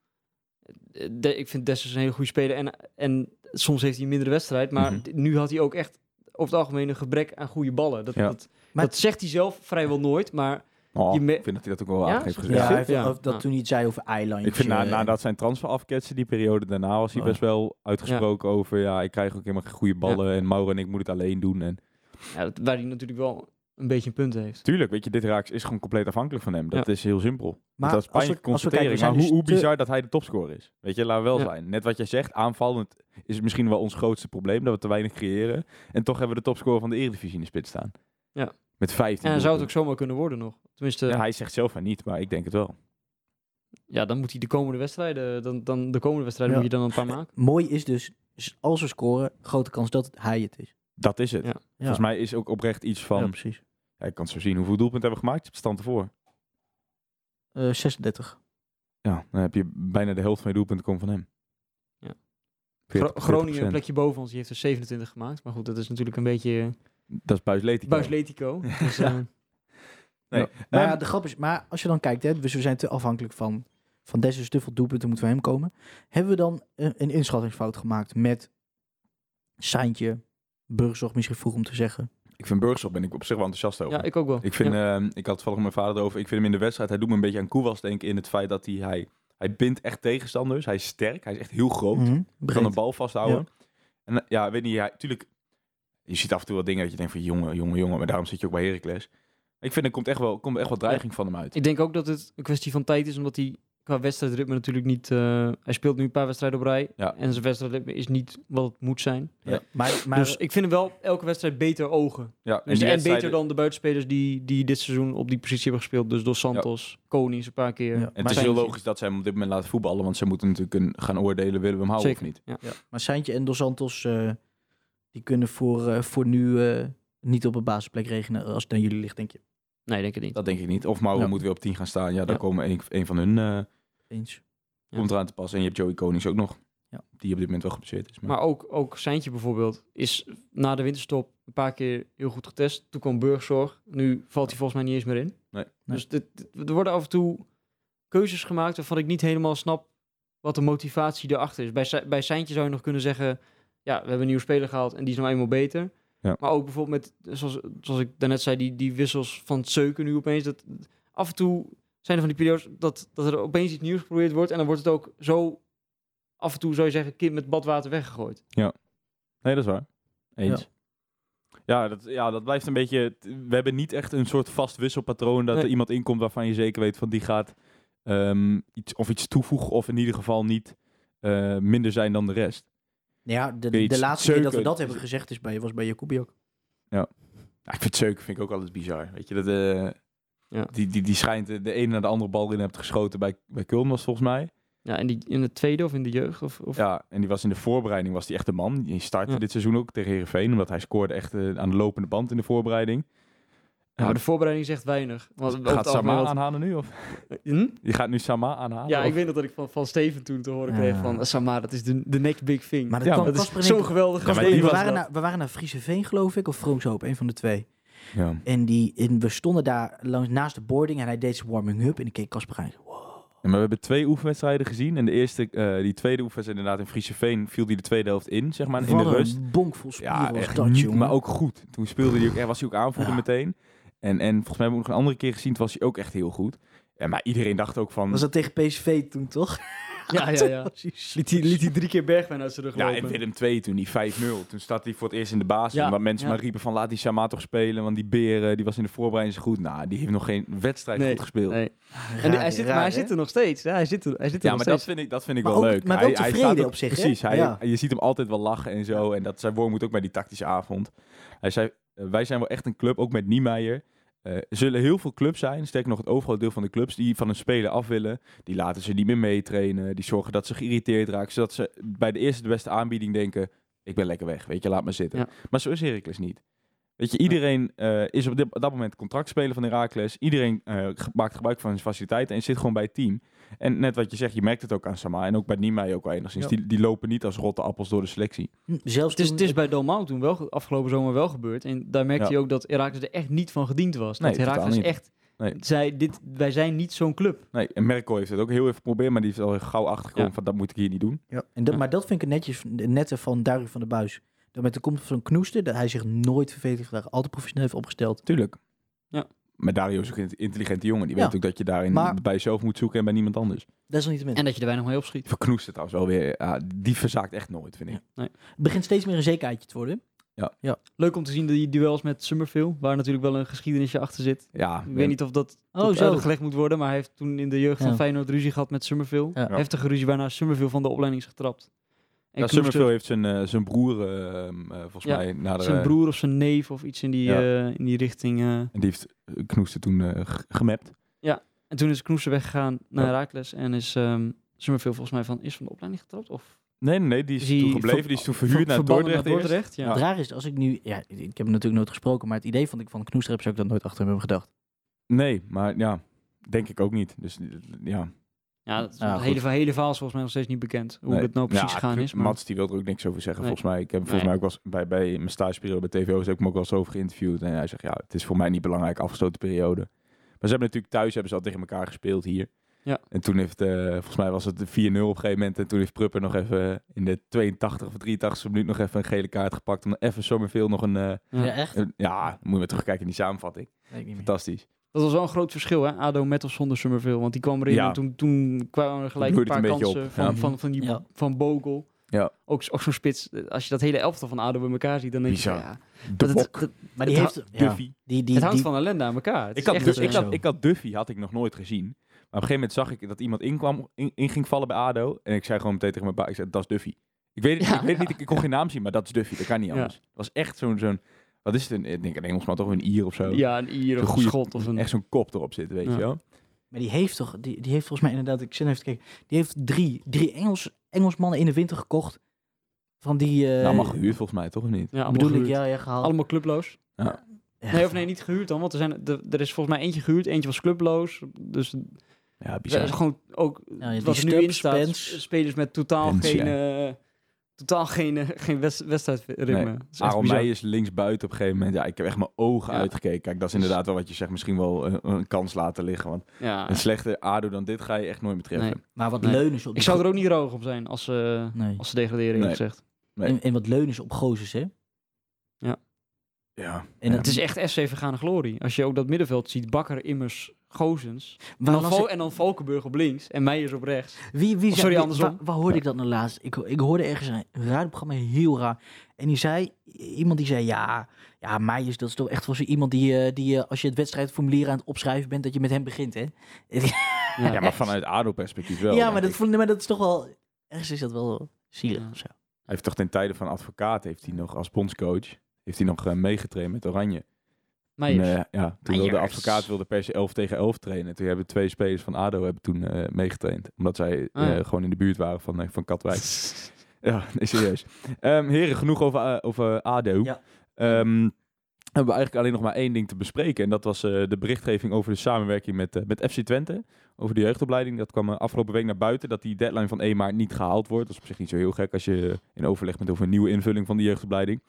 De, ik vind Dessers een hele goede speler en, en soms heeft hij een mindere wedstrijd, maar Mhm. d- nu had hij ook echt over het algemeen een gebrek aan goede ballen. Dat, Ja. dat, Maar- dat zegt hij zelf vrijwel nooit, maar Oh, je me- ik vind dat hij dat ook wel Ja? aardig heeft Ja, gezegd. Ja, hij heeft Ja. of dat Ja. toen hij het zei over eilandjes. Ik vind na, eh, nadat zijn transfer afketste, die periode daarna, was hij Oh. best wel uitgesproken over, ja, ik krijg ook helemaal geen goede ballen en Mauro en ik moet het alleen doen. En ja, dat, waar hij natuurlijk wel een beetje een punt heeft. tuurlijk, weet je, dit Raaks is gewoon compleet afhankelijk van hem. Dat is heel simpel. Maar dat is als we- pijnlijke als we constatering. kijken, we Maar zijn hoe, dus hoe te- bizar dat hij de topscorer is. Weet je, laten we wel Ja. zijn. Net wat jij zegt, aanvallend is het misschien wel ons grootste probleem, dat we te weinig creëren. En toch hebben we de topscorer van de Eredivisie in de spits staan. Ja. Met vijftien. En hij zou het ook doelpunten. zomaar kunnen worden nog. Tenminste, Ja, ja, hij zegt zelf van niet, maar ik denk het wel. dan moet hij de komende wedstrijden, dan, dan de komende wedstrijden Ja. moet je dan een paar maken. Mooi is dus, is als we scoren, grote kans dat het hij het is. Dat is het. Ja. Volgens mij is ook oprecht iets van, Ja, ja, precies. ik kan het zo zien, hoeveel doelpunten hebben we gemaakt? Je hebt stand ervoor. Eh, zesendertig. Ja, dan heb je bijna de helft van je doelpunten komen van hem. Ja. veertig, Gro- Groningen, een veertig procent. plekje boven ons, die heeft er zevenentwintig gemaakt. Maar goed, dat is natuurlijk een beetje uh, Dat is Buisletico. Buisletico. Dus, uh, Nee. Ja. Maar Ehm, ja, de grap is, maar als je dan kijkt, hè, dus we zijn te afhankelijk van, van Dessers, te veel doelpunten moeten van hem komen. Hebben we dan een, een inschattingsfout gemaakt met Saintje, Burgzorg, misschien vroeg om te zeggen. ik vind Burgzorg ben ik op zich wel enthousiast over. ja, ik ook wel. Ik vind, Ja. ehm, ik had het toevallig met mijn vader over. Ik vind hem in de wedstrijd, hij doet me een beetje aan Koewas denken in het feit dat hij, hij, hij bindt echt tegenstanders. Hij is sterk, hij is echt heel groot. Mhm, Kan breed. een bal vasthouden. En eh, ja, weet niet, ja, tuurlijk, je ziet af en toe wat dingen dat je denkt van jongen, jongen, jongen. Maar daarom zit je ook bij Heracles. Ik vind er komt echt wel, komt echt wel dreiging van hem uit. Ik denk ook dat het een kwestie van tijd is, omdat hij qua wedstrijdritme natuurlijk niet... uh, hij speelt nu een paar wedstrijden op rij. Ja. En zijn wedstrijdritme is niet wat het moet zijn. Ja. Maar, maar dus ik vind hem wel elke wedstrijd beter ogen. Ja, Dus, die en beter wedstrijden- dan de buitenspelers die, die dit seizoen op die positie hebben gespeeld. Dus door Santos, Konings een paar keer. Ja. En het Maar is heel Saintje- logisch dat zij hem op dit moment laten voetballen. Want ze moeten natuurlijk een, gaan oordelen, willen we hem houden Zeker. of niet. Ja. Ja, maar Saintje en Dos Santos, eh, die kunnen voor, eh, voor nu eh, niet op een basisplek regenen als het aan jullie ligt, denk je. Nee, denk ik niet. Dat denk ik niet. Of Mauro Ja. moet weer op tien gaan staan. Ja, dan Ja. komen een, een van hun uh, Eens. Ja. komt eraan te passen. En je hebt Joey Konings ook nog. Ja. Die op dit moment wel geblesseerd is. Maar, Maar ook, ook Seintje bijvoorbeeld is na de winterstop een paar keer heel goed getest. Toen kwam Burgzorg. Nu valt hij volgens mij niet eens meer in. Nee. Dus dit, dit- er worden af en toe keuzes gemaakt waarvan ik niet helemaal snap wat de motivatie erachter is. Bij, Se- bij Seintje zou je nog kunnen zeggen, ja, we hebben een nieuwe speler gehaald en die is nou eenmaal beter. Ja. Maar ook bijvoorbeeld met, zoals, zoals ik daarnet zei, die, die wissels van het Zeuken nu opeens. Dat, af en toe zijn er van die periodes dat, dat er opeens iets nieuws geprobeerd wordt en dan wordt het ook zo, af en toe zou je zeggen, kind met badwater weggegooid. nee, dat is waar. Eens. Ja. Ja, dat, ja, dat blijft een beetje... We hebben niet echt een soort vast wisselpatroon dat Nee. er iemand inkomt waarvan je zeker weet van die gaat ehm, iets, of iets toevoegen of in ieder geval niet eh, minder zijn dan de rest. Ja, de, Weet je, de laatste keer dat we Zeuken- dat hebben gezegd is bij, was bij Jacobi ook. Ja, ik vind Zeuken vind ik ook altijd bizar. Weet je, dat, eh, Ja. die, die, die schijnt de, de ene naar de andere bal in hebt geschoten bij, bij Köln was volgens mij. Ja, en die in de tweede of in de jeugd? Of, of... Ja, en die was in de voorbereiding was die echt de man. Die startte Ja. dit seizoen ook tegen Heerenveen, omdat hij scoorde echt eh, aan de lopende band in de voorbereiding. Ja, maar de voorbereiding zegt weinig. Want over Gaat het algemeen Sama wat- aanhalen nu? Of? Hm? Je gaat nu Sama aanhalen? Ja, of? ik weet nog dat ik van, van Steven toen te horen kreeg Ja. van... Sama, dat is de, de next big thing. Maar dat Ja, kwam dat Kasper is en zo ik- geweldig. Ja, maar Kasper en die ik, we, was waren dat. naar, we waren naar Friese Veen, geloof ik, of Vroomshoop, een van de twee. Ja. En, die, en we stonden daar langs, naast de boarding en hij deed zijn warming-up en ik keek Kasper aan. Wow. Ja, maar we hebben twee oefenwedstrijden gezien. En de eerste, eh, die tweede oefenwedstrijd inderdaad in Frieseveen viel die de tweede helft in, zeg maar, in Wat de een rust. bonk vol spieren Ja, was echt dat, niet, jongen. maar ook goed. Toen speelde hij ook, er was hij ook aanvoerder Ja. meteen. En, en volgens mij hebben we ook nog een andere keer gezien, toen was hij ook echt heel goed. Ja, maar iedereen dacht ook van... Was dat tegen P S V toen, toch? Ja, ja, ja. Precies. Liet hij, liet hij drie keer Bergwijn uit zijn rug Ja, lopen. en Willem twee toen, die vijf nul. Toen staat hij voor het eerst in de basis. Ja, Omdat mensen ja. maar riepen van laat die Sama toch spelen. Want die Beer, die was in de voorbereiding zo goed. Nou, die heeft nog geen wedstrijd Nee, goed gespeeld. Nee. Raar, En die- hij zit, raar, maar hij hè? zit er nog steeds. Ja, hij zit er, hij zit er Ja, nog maar dat steeds. vind ik, dat vind ik Maar wel ook- leuk. maar wel hij, hij tevreden staat op zich, hè? Precies, hij, Ja. je ziet hem altijd wel lachen en zo. En dat zijn woord moet ook bij die tactische avond. Hij zei, eh, wij zijn wel echt een club, ook met Niemeyer. Eh, er zullen heel veel clubs zijn, sterker nog het overgrote deel van de clubs, die van een speler af willen. Die laten ze niet meer meetrainen. Die zorgen dat ze geïrriteerd raken. Zodat ze bij de eerste de beste aanbieding denken, ik ben lekker weg, weet je, laat me zitten. Ja. Maar zo is Heracles niet. Weet je, iedereen uh, is op, dit, op dat moment contractspeler van Heracles. Iedereen uh, ge- maakt gebruik van zijn faciliteiten en zit gewoon bij het team. En net wat je zegt, je merkt het ook aan Sama en ook bij Niemeyer ook wel enigszins. Ja. Die, die lopen niet als rotte appels door de selectie. Hm, Zelfs Het is, toen- het is bij Dalmau toen wel ge- afgelopen zomer wel gebeurd. En daar merkte Ja. je ook dat Heracles er echt niet van gediend was. Nee, dat Heracles totaal niet. echt Nee. zei, dit, wij zijn niet zo'n club. Nee, en Merkel heeft het ook heel even geprobeerd, maar die is al gauw achtergekomen Ja. van dat moet ik hier niet doen. Ja. En dat, Ja. Maar dat vind ik het netjes, nette van Durik van der Buis. Dat met de komst van Knoester, dat hij zich nooit vervelend heeft gedaan, altijd professioneel heeft opgesteld. Tuurlijk. Ja. Maar Dario is ook een intelligente jongen. Die Ja. weet ook dat je daarin Maar- bij jezelf moet zoeken en bij niemand anders. Dat is nog niet te min. En dat je er weinig mee opschiet. Verknoest trouwens wel weer. Ja, die verzaakt echt nooit, vind ik. Het begint steeds meer een zekerheidje te worden. Leuk om te zien die duels met Summerville, waar natuurlijk wel een geschiedenisje achter zit. Ja, Ik weet niet of dat Oh, tot zo. uitgelegd moet worden, maar hij heeft toen in de jeugd van Ja. Feyenoord ruzie gehad met Summerville. Ja. Heftige ruzie waarna Summerville van de opleiding is getrapt. En Ja, Knoester- Summerville heeft zijn, uh, zijn broer, uh, uh, volgens Ja, mij, naar de... zijn broer of zijn neef of iets in die, Ja. uh, in die richting. Uh. En die heeft uh, Knoester toen uh, g- gemapt. En toen is Knoester weggegaan naar Ja. Heracles en is um, Summerville volgens mij van, is van de opleiding getrapt? Of Nee, nee, nee, die is die toen gebleven. ver- Die is toen verhuurd ver- naar verbannen Dordrecht. naar eerst. Dordrecht, ja. Het raar is, als ik nu... Ja, ik heb hem natuurlijk nooit gesproken, maar het idee vond ik van Knoester heb, zou ik dat nooit achter hem hebben gedacht. Nee, maar ja, denk ik ook niet. Dus ja. Ja, dat is Ja, het hele, hele verhaal is volgens mij nog steeds niet bekend. Hoe Nee. het nou precies Ja, gegaan is. Maar... Mats die wil er ook niks over zeggen, Nee. volgens mij. Ik heb volgens Nee. mij ook wel eens bij, bij mijn stageperiode bij T V O's heb ik hem ook wel eens over geïnterviewd. En hij zegt, ja, het is voor mij niet belangrijk, afgesloten periode. Maar ze hebben natuurlijk thuis hebben ze al tegen elkaar gespeeld hier. Ja. En toen heeft, uh, volgens mij was het vier nul op een gegeven moment. En toen heeft Prupper nog even in de tweeëntachtigste of drieëntachtigste minuut nog even een gele kaart gepakt. Om even Summerville nog een... Uh, Ja. Ja, echt? een- ja, moet je maar terugkijken in die samenvatting. Weet ik niet meer. Fantastisch. Dat was wel een groot verschil, hè? ADO met of zonder Summerville. Want die kwam erin Ja. en toen, toen kwamen er gelijk een Bloeide paar het een beetje kansen op, van, ja. van, van, die, Ja. van Bogle. Ja. Ook, ook zo'n spits. Als je dat hele elftal van ADO bij elkaar ziet, dan denk je... Bizar. Ja, De dat, Bok, dat, Maar die Het heeft... ha- Ja, Duffy. die, die, het hangt die, van ellende aan elkaar. Het Ik is had, echt, dus, eh, ik, had, zo. ik had Duffy had ik nog nooit gezien. Maar op een gegeven moment zag ik dat iemand inkwam, in, in ging vallen bij ADO. En ik zei gewoon meteen tegen mijn pa, ik zei, dat is Duffy. Ik weet, het- Ja, ik weet het ja. niet, ik, ik kon geen naam zien, maar dat is Duffy. Dat kan niet Ja. anders. Het was echt zo'n, zo'n wat is het, een, ik denk een Engelsman, toch een Ier of zo. Ja, een Ier Zo'n of een goeie- schot of een... Echt zo'n kop erop zitten, weet Ja. je wel. maar die heeft toch... Die, die heeft volgens mij inderdaad... Ik zit even te kijken. Die heeft drie, drie Engels, Engelsmannen in de winter gekocht. Van die... eh nou, mag gehuurd volgens mij, toch of niet? Ja, allemaal bedoel ik, gehuurd. ja, ja, gehaald. Allemaal clubloos. Ja. Ja. Nee, of nee, niet gehuurd dan. Want er, zijn, er, er is volgens mij eentje gehuurd, eentje was clubloos. Dus Ja, er bizar. is gewoon ook Ja, die wat er nu Stubbs, in staat. Spence. Spelers met totaal Spence, geen, ja. eh, totaal geen, eh, geen wedst- wedstrijdritme. Nee. Dat is echt Aaron bizar. Meij is linksbuiten op een gegeven moment. Ja, ik heb echt mijn ogen Ja. uitgekeken. Kijk, dat is inderdaad wel wat je zegt. Misschien wel een, een kans laten liggen. Want Ja. een slechter ADO dan dit ga je echt nooit meer treffen. Nee. Maar wat Nee. leunen ze op Ik die zou er ook niet roog op zijn als ze, Nee. als ze degraderen, eerlijk Nee. gezegd. Nee. En, en wat leunen ze op gozers, hè? Ja. En Ja. Het is echt F C vergane glorie. Als je ook dat middenveld ziet, Bakker, Immers, Gozens. En Waar dan, las Val- ik- en dan Valkenburg op links en Meijers op rechts. Wie, wie Oh, zei, sorry, wie- andersom. Waar, waar hoorde ik dat nou laatst? Ik, ik hoorde ergens een radioprogramma, heel raar. En die zei, iemand die zei, ja, ja, Meijers, dat is toch echt wel zo iemand die, eh, die eh, als je het wedstrijdformulier aan het opschrijven bent, dat je met hem begint, hè? Ja. Ja, maar vanuit ADO-perspectief wel. ja, denk maar dat, ik. vond, maar dat is toch wel, ergens is dat wel zielig Ja. of zo. Hij heeft toch ten tijde van advocaat, heeft hij nog als bondscoach, heeft hij nog uh, meegetraind met Oranje. Meijers. En, uh, ja, toen wilde de Meijers. advocaat wilde per se elf tegen elf trainen. Toen hebben twee spelers van ADO hebben toen uh, meegetraind. Omdat zij Ah, ja. uh, gewoon in de buurt waren van, uh, van Katwijk. Ja, nee, serieus. Um, heren, genoeg over, uh, over ADO. Ja. Um, hebben we eigenlijk alleen nog maar één ding te bespreken. En dat was uh, de berichtgeving over de samenwerking met, uh, met F C Twente. Over de jeugdopleiding. Dat kwam uh, afgelopen week naar buiten. Dat die deadline van één maart niet gehaald wordt. Dat is op zich niet zo heel gek als je in overleg bent over een nieuwe invulling van de jeugdopleiding.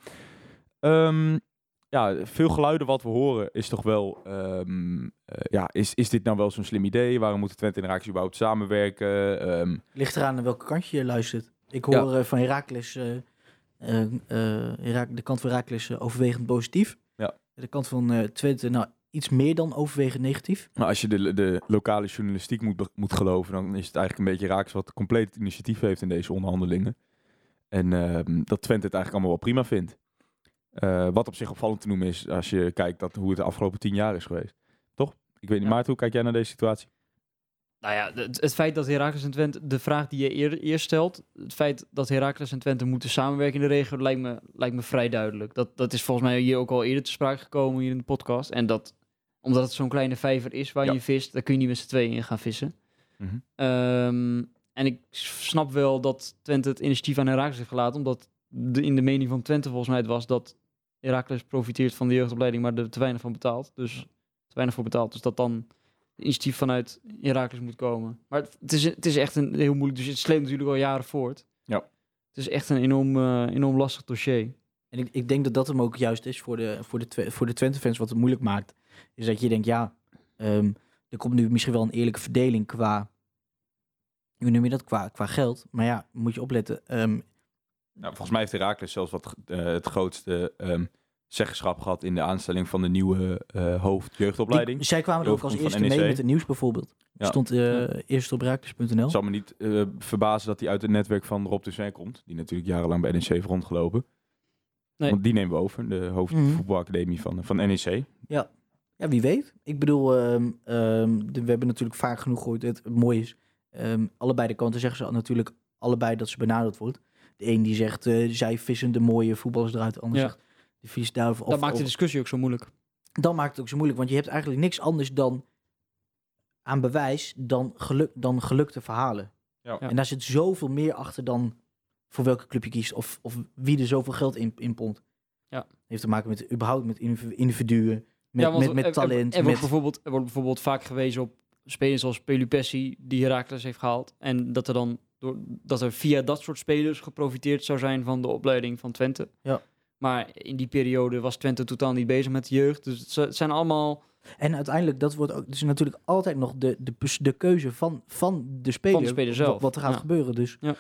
Um, ja, veel geluiden wat we horen is toch wel... Um, uh, ja, is, is dit nou wel zo'n slim idee? Waarom moeten Twente en Heracles überhaupt samenwerken? Um, Ligt eraan aan welke kant je luistert. Ik hoor eh, van Heracles, eh, eh, eh, Herak- de kant van Heracles uh, overwegend positief. Ja. De kant van uh, Twente, nou, iets meer dan overwegend negatief. Maar als je de, de lokale journalistiek moet, be- moet geloven, dan is het eigenlijk een beetje Heracles wat compleet het initiatief heeft in deze onderhandelingen. En uh, dat Twente het eigenlijk allemaal wel prima vindt. Uh, wat op zich opvallend te noemen is als je kijkt dat, hoe het de afgelopen tien jaar is geweest. Toch? Ik weet niet, Ja. Maarten, hoe kijk jij naar deze situatie? Nou ja, het, het feit dat Heracles en Twente, de vraag die je eer, eerst stelt, het feit dat Heracles en Twente moeten samenwerken in de regio, lijkt me, lijkt me vrij duidelijk. Dat, dat is volgens mij hier ook al eerder te sprake gekomen hier in de podcast. En dat, omdat het zo'n kleine vijver is waar Ja. je vist, daar kun je niet met z'n tweeën in gaan vissen. Mm-hmm. Um, en ik snap wel dat Twente het initiatief aan Heracles heeft gelaten, omdat de, in de mening van Twente volgens mij het was dat Heracles profiteert van de jeugdopleiding, maar er te weinig van betaalt. Dus te weinig voor betaalt. Dus dat dan initiatief vanuit Heracles moet komen. Maar het, het, is, het is echt een heel moeilijk... Dus het sleept natuurlijk al jaren voort. Ja. Het is echt een enorm, uh, enorm lastig dossier. En ik, ik denk dat dat hem ook juist is voor de, voor de, Twe- voor de Twente-fans wat het moeilijk maakt. Is dat je denkt, ja, um, er komt nu misschien wel een eerlijke verdeling qua... Hoe noem je dat? Qua, qua geld. Maar ja, moet je opletten. Um, Nou, volgens mij heeft Heracles zelfs wat uh, het grootste um, zeggenschap gehad in de aanstelling van de nieuwe uh, hoofdjeugdopleiding. Die, zij kwamen er ook als Van eerste N E C. mee met het nieuws bijvoorbeeld. Ja. Stond uh, eerst op Heracles punt n l. Het zal me niet uh, verbazen dat hij uit het netwerk van Rob de Sven komt. Die natuurlijk jarenlang bij N E C heeft rondgelopen. Nee. Want die nemen we over, de hoofdvoetbalacademie Mhm. van, van N E C. Ja. ja, wie weet. Ik bedoel, um, um, de, we hebben natuurlijk vaak genoeg gehoord. Het, het mooie is, um, allebei de kanten zeggen ze natuurlijk allebei dat ze benaderd wordt. De een die zegt, uh, zij vissen de mooie voetballers eruit. De ander Ja. zegt, de vies duiven. Dat Of, maakt de of, discussie ook zo moeilijk. dan maakt het ook zo moeilijk. Want je hebt eigenlijk niks anders dan aan bewijs dan, geluk, dan gelukte verhalen. Ja. Ja. En daar zit zoveel meer achter dan voor welke club je kiest. Of, of wie er zoveel geld in, in pompt. Ja. Heeft te maken met überhaupt met individu- individuen. Met, Ja, want met, met er- talent. Er, er, met... wordt bijvoorbeeld, er wordt bijvoorbeeld vaak gewezen op spelers zoals Pelupessi, die Heracles heeft gehaald. En dat er dan door, dat er via dat soort spelers geprofiteerd zou zijn van de opleiding van Twente. Ja. Maar in die periode was Twente totaal niet bezig met de jeugd. Dus het zi- het zijn allemaal En uiteindelijk, dat wordt ook dus natuurlijk altijd nog de, de, de keuze van, van de speler. Van de speler zelf. Wat, wat er gaat Ja. gebeuren. Dus Ja.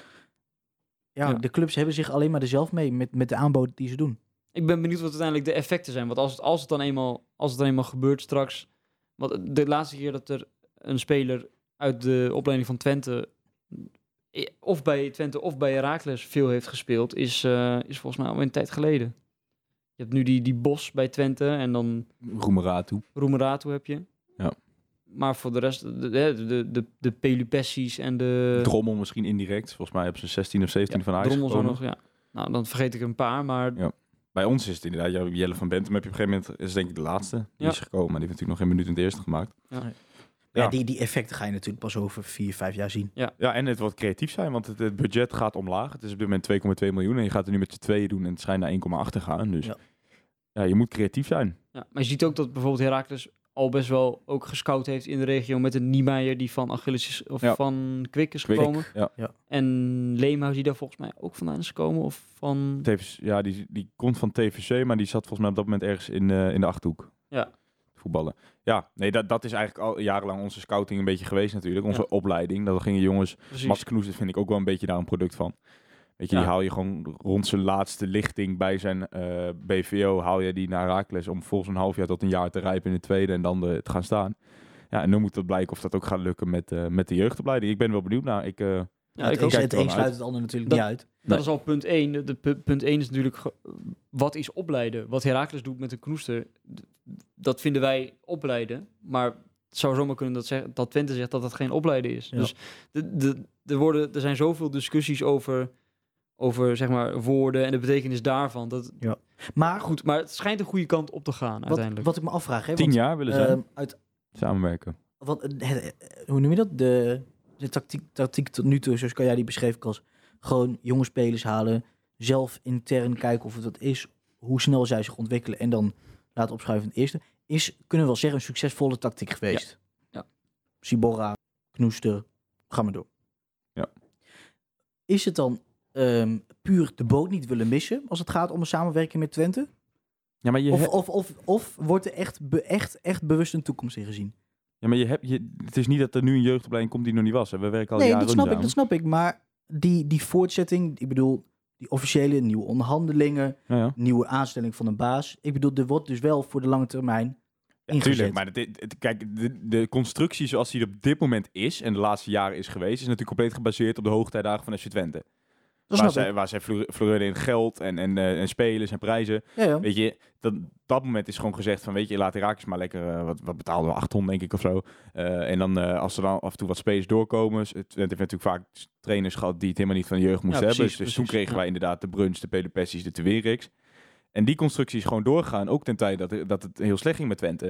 Ja, Ja. de clubs hebben zich alleen maar er zelf mee met, met de aanbod die ze doen. Ik ben benieuwd wat uiteindelijk de effecten zijn. Want als het, als het, dan, eenmaal, als het dan eenmaal gebeurt straks... Want de laatste keer dat er een speler uit de opleiding van Twente... i- of bij Twente of bij Heracles veel heeft gespeeld... is, uh, is volgens mij al een tijd geleden. Je hebt nu die, die Bos bij Twente en dan Roemeratu. Roemeratu heb je. Ja. Maar voor de rest, de, de, de, de, de Pelupessi's en de... Drommel misschien indirect. Volgens mij hebben ze zestien of zeventien ja, van Ajax Drommel zou gekomen. nog, ja. Nou, dan vergeet ik er een paar, maar... Ja. Bij ons is het inderdaad, ja, Jelle van Bentum heb je op een gegeven moment, is denk ik de laatste, die Ja. is gekomen. Maar die heeft natuurlijk nog geen minuut in het eerste gemaakt. Ja. Ja. Ja. die, die effecten ga je natuurlijk pas over vier, vijf jaar zien. Ja, en het wordt creatief zijn, want het, het budget gaat omlaag. Het is op dit moment twee komma twee miljoen en je gaat er nu met z'n tweeën doen en het schijnt naar één komma acht te gaan. Dus Ja. ja. je moet creatief zijn. Ja, maar je ziet ook dat bijvoorbeeld Heracles al best wel ook gescout heeft in de regio met een Niemeyer die van Achilles is, of Ja. van Kwik is Kwik, gekomen. Ja. En Leemhuis die daar volgens mij ook vandaan is gekomen of van... T V C, ja, die, die komt van T V C, maar die zat volgens mij op dat moment ergens in, uh, in de Achterhoek. Ja. Voetballen. Ja, nee, dat, dat is eigenlijk al jarenlang onze scouting een beetje geweest natuurlijk. Onze Ja. opleiding. Dat gingen jongens... Precies. Mats Knoes, dat vind ik ook wel een beetje daar een product van. Weet je, Ja. die haal je gewoon rond zijn laatste lichting bij zijn uh, B V O, haal je die naar Heracles om volgens een half jaar tot een jaar te rijpen in de tweede en dan de, te gaan staan. Ja, en nu moet het blijken of dat ook gaat lukken met, uh, met de jeugdopleiding. Ik ben wel benieuwd naar. Ik, uh, Ja, het ik een, ook. kijk het er een wel sluit uit. het ander natuurlijk Dat- niet uit. Dat is al punt één. De, de pu- punt één is natuurlijk ge- wat is opleiden? Wat Heracles doet met een knoester, d- dat vinden wij opleiden. Maar het zou zomaar kunnen dat, zeg, dat Twente zegt dat dat geen opleiden is. Ja. Dus de, de, er, worden, er zijn zoveel discussies over, over zeg maar, woorden en de betekenis daarvan. Dat, Maar goed, maar het schijnt een goede kant op te gaan wat, uiteindelijk. wat ik me afvraag... Hè, tien want, jaar willen zijn ehm, uit, samenwerken. wat, het- het- hoe noem je dat? De, de tactiek, tactiek tot nu toe, zoals kan jij die beschreven als gewoon jonge spelers halen, zelf intern kijken of het wat is, hoe snel zij zich ontwikkelen en dan laten opschuiven in het eerste, is, kunnen we wel zeggen, een succesvolle tactiek geweest. Ja. Sibora, Knoester, ga maar door. Ja. Is het dan ehm, puur de boot niet willen missen als het gaat om een samenwerking met Twente? Ja, maar je, Of, hebt- of, of, of wordt er echt, be- echt, echt bewust een toekomst in gezien? ja, maar je hebt, je, het is niet dat er nu een jeugdopleiding komt die nog niet was. Hè. We werken al Nee, jaren dat snap ik, samen. dat snap ik. Maar die, die voortzetting, ik bedoel, die officiële nieuwe onderhandelingen, Ja, ja. nieuwe aanstelling van een baas. Ik bedoel, er wordt dus wel voor de lange termijn Ja, ingezet. tuurlijk, maar het, het- het- kijk, de, de constructie zoals die er op dit moment is en de laatste jaren is geweest, is natuurlijk compleet gebaseerd op de hoogtijdagen van F C Twente. Dat Waar snap zij, ik. waar zij flore- floreerden in geld en, en, eh, en spelers en prijzen. Ja, ja. Weet je, dat, dat moment is gewoon gezegd van, weet je, laat Heracles maar lekker, eh, wat, wat betaalden we, achthonderd denk ik of zo. Eh, en dan eh, als er dan af en toe wat spelers doorkomen, s- Twente heeft natuurlijk vaak trainers gehad die het helemaal niet van de jeugd moesten Ja, hebben. precies, Dus, dus toen precies, kregen ja. wij inderdaad de Bruns, de Pelupessis, de Twinriks. En die constructie is gewoon doorgegaan, ook ten tijde dat, dat het heel slecht ging met Twente.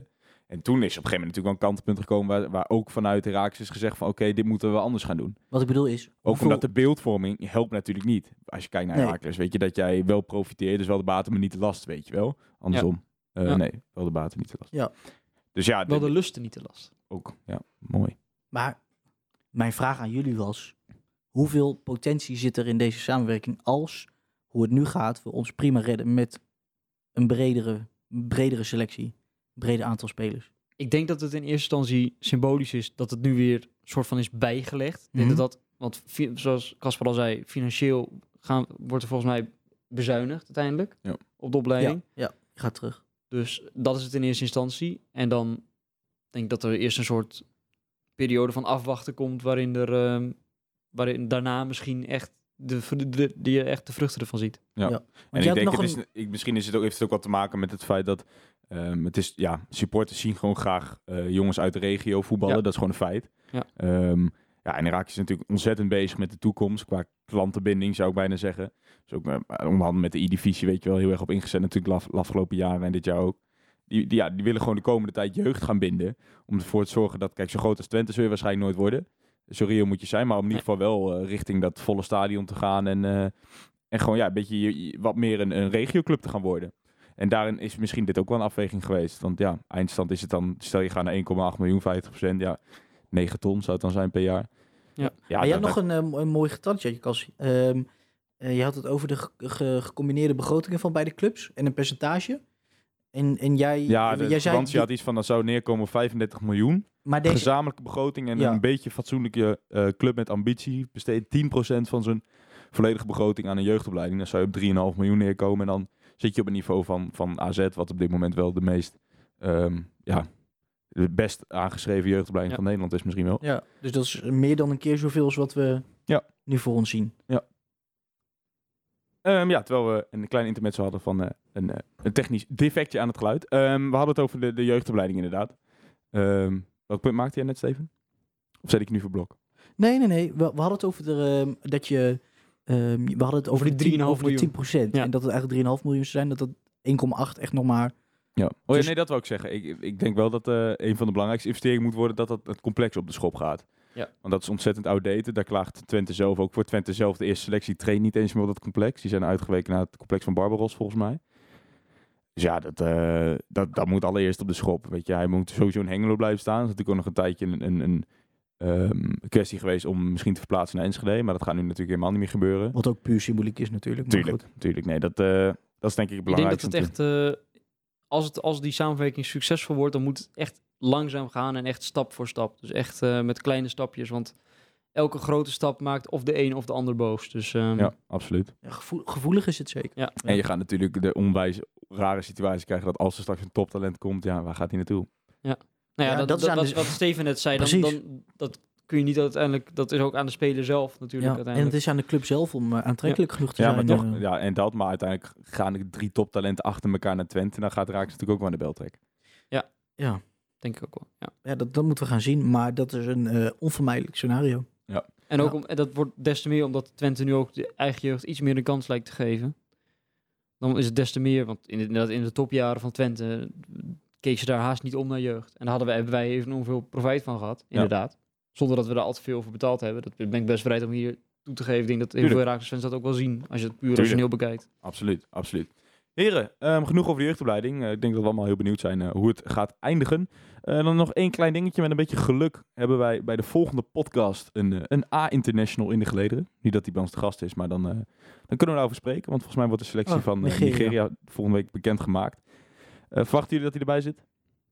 En toen is op een gegeven moment natuurlijk wel een kantelpunt gekomen... waar, waar ook vanuit Heracles is gezegd van... oké, okay, dit moeten we anders gaan doen. Wat ik bedoel is... Ook hoeveel- omdat de beeldvorming helpt natuurlijk niet. Als je kijkt naar Nee. Heracles, weet je dat jij wel profiteert... dus wel de baten, maar niet de last, weet je wel. Andersom. Ja. Uh, Ja. Nee, wel de baten, niet de last. Ja. Dus ja, Wel dit- de lusten niet te last. ook. Ja, mooi. Maar mijn vraag aan jullie was... hoeveel potentie zit er in deze samenwerking als, hoe het nu gaat, we ons prima redden met een bredere, bredere selectie, een breder aantal spelers? Ik denk dat het in eerste instantie symbolisch is dat het nu weer een soort van is bijgelegd. Ik denk Mhm. dat dat, want fi- zoals Casper al zei, financieel gaan, wordt er volgens mij bezuinigd uiteindelijk Ja. op de opleiding. Ja, ja, ik ga terug. Dus dat is het in eerste instantie. En dan denk ik dat er eerst een soort periode van afwachten komt waarin er ehm, waarin daarna misschien echt de, de, de, die je echt de vruchten ervan ziet. Ja. Ja. En je ik had denk, nog het is, een- ik, misschien is het ook, heeft het ook wat te maken met het feit dat... Um, het is, ja, supporters zien gewoon graag uh, jongens uit de regio voetballen. Ja. Dat is gewoon een feit. Ja. Um, ja, en Heracles is natuurlijk ontzettend bezig met de toekomst. Qua klantenbinding zou ik bijna zeggen. Dus ook uh, onderhand met de E-divisie weet je wel heel erg op ingezet. Natuurlijk de af, afgelopen jaren en dit jaar ook. Die, die, ja, die willen gewoon de komende tijd jeugd gaan binden. Om ervoor te zorgen dat, kijk, zo groot als Twente zul je waarschijnlijk nooit worden. Zo reëel moet je zijn, maar om in ieder geval wel uh, richting dat volle stadion te gaan. En, uh, en gewoon ja, een beetje je, je, wat meer een, een regioclub te gaan worden. En daarin is misschien dit ook wel een afweging geweest. Want ja, eindstand is het dan, stel je gaat naar één komma acht miljoen, vijftig procent. Ja, negen ton zou het dan zijn per jaar. Ja. Ja, maar je had dat- nog een, eh, een mooi getalletje, Cas. Um, uh, je had het over de ge- ge- gecombineerde begrotingen van beide clubs en een percentage. En, en jij, Ja, de jij zei... Fransie had iets van, dat zou neerkomen op vijfendertig miljoen. maar deze, Gezamenlijke begroting en Ja. een beetje fatsoenlijke uh, club met ambitie besteedt tien procent van zijn volledige begroting aan een jeugdopleiding. Dan zou je op drie komma vijf miljoen neerkomen. En dan zit je op een niveau van, van A Z, wat op dit moment wel de meest, um, ja, de best aangeschreven jeugdopleiding Ja. van Nederland is misschien wel. ja, dus dat is meer dan een keer zoveel als wat we Ja. nu voor ons zien. Um, ja, terwijl we een klein intermezzo hadden van uh, een, uh, een technisch defectje aan het geluid. Um, we hadden het over de, de jeugdopleiding inderdaad. Um, welk punt maakte jij net, Steven? Of zet ik je nu voor blok? Nee, nee, nee. We, we hadden het over de, um, dat je... Um, we hadden het over, die de tien- 3,5 over de miljoen. tien procent. Ja. En dat het eigenlijk drie komma vijf miljoen zou zijn. Dat dat één komma acht echt nog maar... Ja. Oh ja, Dus- nee, dat wil ik zeggen. Ik, ik denk wel dat uh, een van de belangrijkste investeringen moet worden dat dat het complex op de schop gaat. Ja. Want dat is ontzettend outdated. Daar klaagt Twente zelf ook voor. Twente zelf, de eerste selectie, traint niet eens meer op dat complex. Die zijn uitgeweken naar het complex van Barbaros, volgens mij. Dus ja, dat, uh, dat, dat moet allereerst op de schop. Weet je, hij moet sowieso in Hengelo blijven staan. Dat is natuurlijk ook nog een tijdje een, een, een um, kwestie geweest om misschien te verplaatsen naar Enschede. Maar dat gaat nu natuurlijk helemaal niet meer gebeuren. Wat ook puur symboliek is natuurlijk. maar Tuurlijk, goed. tuurlijk. Nee, dat, uh, dat is denk ik het Ik denk dat belangrijkste. het echt, uh, als, het, als die samenwerking succesvol wordt, dan moet het echt langzaam gaan en echt stap voor stap. Dus echt uh, met kleine stapjes, want elke grote stap maakt of de een of de ander boos. Dus um, Ja, absoluut. Ja, gevoel, gevoelig is het zeker. Ja. En je gaat natuurlijk de onwijs rare situatie krijgen dat als er straks een toptalent komt, ja, waar gaat hij naartoe? Nou ja, Ja, dat, dat is dat, aan wat, de- wat Steven net zei, dan, Precies. dan, dat kun je niet uiteindelijk, dat is ook aan de speler zelf natuurlijk Ja, en uiteindelijk. het is aan de club zelf om uh, aantrekkelijk genoeg te Ja, zijn. maar toch, uh, ja, en dat, maar uiteindelijk gaan er drie toptalenten achter elkaar naar Twente, en dan gaat Raakles natuurlijk ook wel aan de bel trekken. ja, Denk ik ook wel, ja. ja dat, dat moeten we gaan zien. Maar dat is een uh, onvermijdelijk scenario. En, ook Ja. om, en dat wordt des te meer omdat Twente nu ook de eigen jeugd iets meer een kans lijkt te geven. Dan is het des te meer, want in, inderdaad in de topjaren van Twente keek ze daar haast niet om naar jeugd. En daar hadden wij, hebben wij enorm veel profijt van gehad, inderdaad. Zonder dat we er al te veel voor betaald hebben. Dat ben ik best bereid om hier toe te geven. Ik denk dat heel veel Tuurlijk. Heracles-fans dat ook wel zien, als je het puur Tuurlijk. rationeel bekijkt. Absoluut, absoluut. Heren, um, genoeg over de jeugdopleiding. Uh, ik denk dat we allemaal heel benieuwd zijn uh, hoe het gaat eindigen. Uh, dan nog één klein dingetje. Met een beetje geluk hebben wij bij de volgende podcast een, uh, een A-international in de gelederen. Niet dat hij bij ons te gast is, maar dan, uh, dan kunnen we daarover spreken. Want volgens mij wordt de selectie Oh, van uh, Nigeria. Nigeria volgende week bekendgemaakt. Uh, verwachten jullie dat hij erbij zit?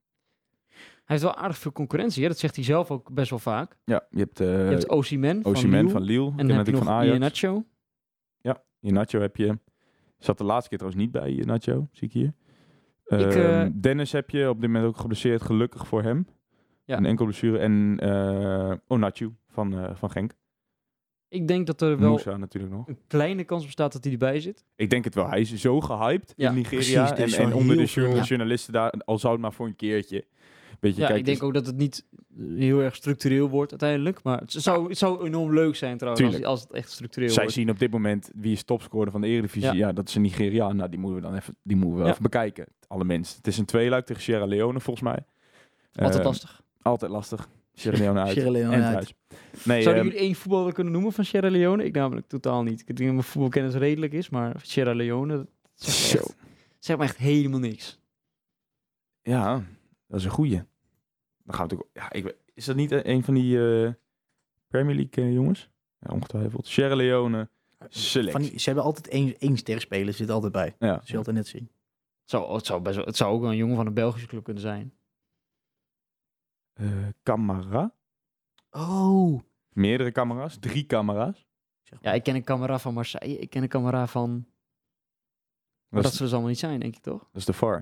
Hij heeft wel aardig veel concurrentie, hè? Dat zegt hij zelf ook best wel vaak. Ja, je hebt, uh, je hebt Osimhen van Osimhen Lille. van Lille. En En dan heb je natuurlijk nog van Ajax. Iheanacho. Iheanacho heb je. Zat de laatste keer trouwens niet bij Iheanacho, zie ik hier. Ik, Um, uh, Dennis heb je op dit moment ook geblesseerd, gelukkig voor hem. Ja. Een enkel blessure. En uh, Onachu van, uh, van Genk. Ik denk dat er wel Moussa natuurlijk nog. een kleine kans bestaat dat hij erbij zit. Ik denk het wel. Hij is zo gehyped Ja, in Nigeria. precies. Er is en en wel onder de heel veel- journa- Ja. journalisten daar, al zou het maar voor een keertje. Weet je, Ja, kijk, ik denk dus- ook dat het niet heel erg structureel wordt uiteindelijk. Maar het zou, het zou enorm leuk zijn trouwens, als, Tuurlijk. als het echt structureel zij wordt. zien op dit moment wie is topscorer van de Eredivisie. Ja. Ja. dat is een Nigeriaan. Nou, die moeten we dan even, die moeten we wel Ja. even bekijken. Allerminst. Het is een tweeluik tegen Sierra Leone volgens mij. Altijd Eh, lastig. Altijd lastig. Sierra Leone uit. Sierra Leone en uit. thuis. Nee, Zouden ehm, jullie één voetballer kunnen noemen van Sierra Leone? Ik namelijk totaal niet. Ik denk dat mijn voetbalkennis redelijk is, maar Sierra Leone, dat zegt me zo. echt, zegt me echt helemaal niks. Ja, dat is een goeie. Dan gaan we natuurlijk... Ja, ik, weet- is dat niet een van die eh, Premier League eh, jongens? Ja, ongetwijfeld. Sierra Leone, selectie. Van die, ze hebben altijd één, één sterspeler, zit altijd bij. Ja. Dat zul je altijd net zien. Het zou, het, zou best wel, het zou ook wel een jongen van een Belgische club kunnen zijn. Eh, Camara. Oh. Meerdere camera's. Drie camera's. Ja, ik ken een camera van Marseille. Ik ken een camera van... Maar Dat, dat is, zullen ze allemaal niet zijn, denk ik toch? dat is de V A R.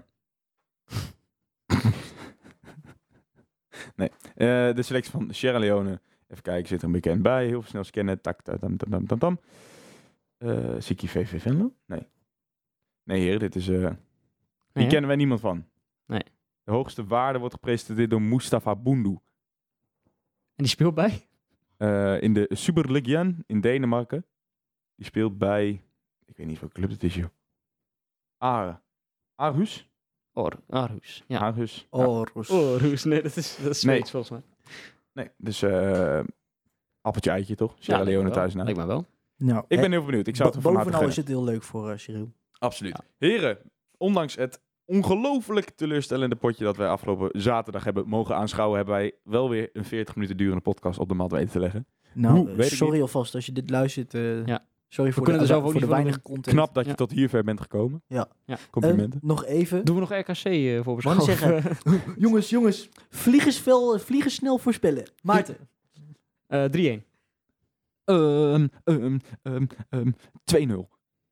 nee. Eh, de selectie van Sierra Leone. Even kijken, zit er een bekend bij. Heel veel snel scannen. Tak, tak, tam, tam, tam, tam, tam. Eh, Siki V V Venlo? Nee. Nee, heer, dit is... eh, Nee, die hè? kennen wij niemand van. Nee. De hoogste waarde wordt gepresenteerd door Mustafa Bundu. En die speelt bij? Eh, in de Superligaen in Denemarken. Die speelt bij... Ik weet niet welke club het is, joh. Aar. Aarhus? Or, Aarhus. Ja. Aarhus. Ja. Oh, Roes. Aarhus, nee, dat is, dat is Nee. Zweeds volgens mij. Nee, dus... eh appeltje eitje, toch? Sierra lijkt Leone me wel. thuis. Nou. Lijkt me wel. Nou, Ik ben eh, heel benieuwd. Ik zou het bo- van harte bovenal is gunnen. het heel leuk voor uh, Cyril. Absoluut. Heren, ondanks het ongelooflijk teleurstellende potje dat wij afgelopen zaterdag hebben mogen aanschouwen, hebben wij wel weer een veertig minuten durende podcast op de mat weten te leggen. Nou, Hoe? eh, Weet ik sorry alvast als je dit luistert. eh, Ja. Sorry voor kunnen de, er zelf ook voor de niet van weinig content. Knap dat je Ja. tot hier ver bent gekomen. Ja. Ja. Complimenten. Eh, nog even. Doen we nog R K C uh, voor Wou net beschouwen? jongens, jongens. Vliegen, spel, vliegen snel voorspellen. Maarten. Eh, drie-een. Ehm, ehm, ehm, ehm, twee nul.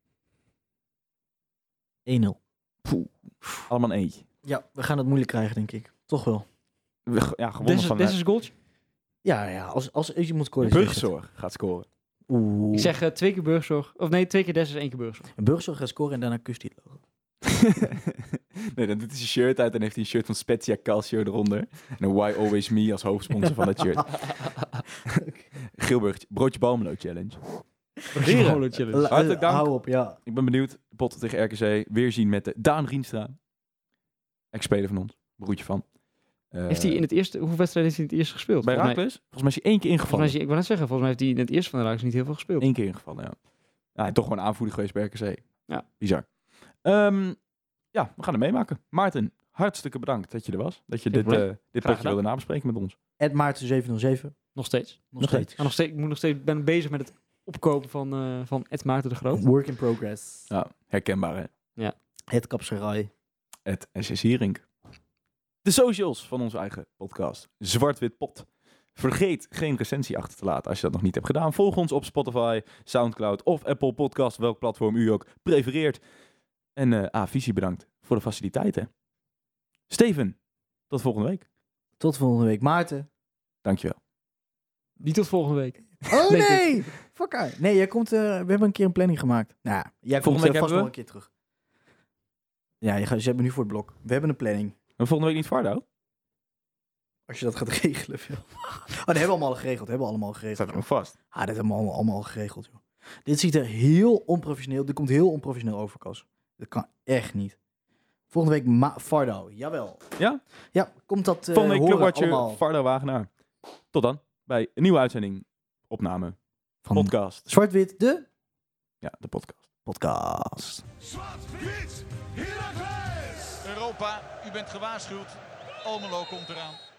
één nul. Allemaal een eentje. Ja, we gaan het moeilijk krijgen, denk ik. Toch wel. We- Ja, gewonnen Dit van is een goaltje. Ja, ja. Als, als je moet scoren. Burgzorg gaat scoren. Oeh. Ik zeg uh, twee keer Burgzorg. Of nee, twee keer Des is één keer Burgzorg. Een Burgzorg gaat scoren en daarna kust hij het logo. Nee, dan doet hij zijn shirt uit en heeft hij een shirt van Spezia Calcio eronder. En een Why Always Me als hoofdsponsor van dat shirt. Gilburg, broodje Balmelo challenge. Heren. Challenge. La- Hartelijk dank. Hou op, ja. Ik ben benieuwd. Pot tegen R K C. Weer zien met de Daan Rienstra. Ex-speler van ons. Broertje van. Uh, Heeft hij in het eerste, hoeveel wedstrijden heeft hij in het eerste gespeeld? bij Volgens mij- Raakles? Volgens mij is hij één keer Volgens mij, ingevallen. is hij- ik wou net zeggen, volgens mij heeft hij in het eerste van de Raakles niet heel veel gespeeld. Eén keer ingevallen, ja. Ja, hij is toch gewoon aanvoerder geweest bij R K C. Ja. Bizar. Ehm, ja, we gaan het meemaken. Maarten, hartstikke bedankt dat je er was. Dat je dit, bedankt. uh, dit Graag potje wilde nabespreken met ons. Ed Maarten zevenhonderdzeven. Nog steeds. Nog Nog steeds. Ja, nog steeds. Ik moet nog steeds, ben bezig met het opkopen van, uh, van Ed Maarten de Groot. Work in progress. Ja, herkenbaar hè. Het kapserij. Het S S Hierink. De socials van onze eigen podcast. Zwart-Wit Pot. Vergeet geen recensie achter te laten als je dat nog niet hebt gedaan. Volg ons op Spotify, Soundcloud of Apple Podcast. Welk platform u ook prefereert. En uh, ah, Visie bedankt voor de faciliteiten. Steven, tot volgende week. Tot volgende week. Maarten. Dankjewel. Niet tot volgende week. Oh Denk nee! Fuck haar. Nee, jij komt, uh, we hebben een keer een planning gemaakt. Nou, jij komt Volgende uh, week vast nog hebben een keer terug. Ja, je gaat, ze hebben nu voor het blok. We hebben een planning. En volgende week niet Vardo? Als je dat gaat regelen, Phil. Oh, dat hebben we allemaal al geregeld. Hebben we allemaal al geregeld. Staat er nog vast. Ah, dit hebben we allemaal, allemaal al geregeld, joh. Dit ziet er heel onprofessioneel. Dit komt heel onprofessioneel over, Kas. Dat kan echt niet. Volgende week Ma- Fardo. Jawel. Ja? Ja, komt dat uh, Volgende week horen Clubwatcher, allemaal Vardo Wagenaar. Tot dan. Bij een nieuwe uitzending. Opname. van Podcast. Zwart-Wit, de Ja, de podcast. podcast. Zwart-wit, Heracles! Europa, u bent gewaarschuwd. Almelo komt eraan.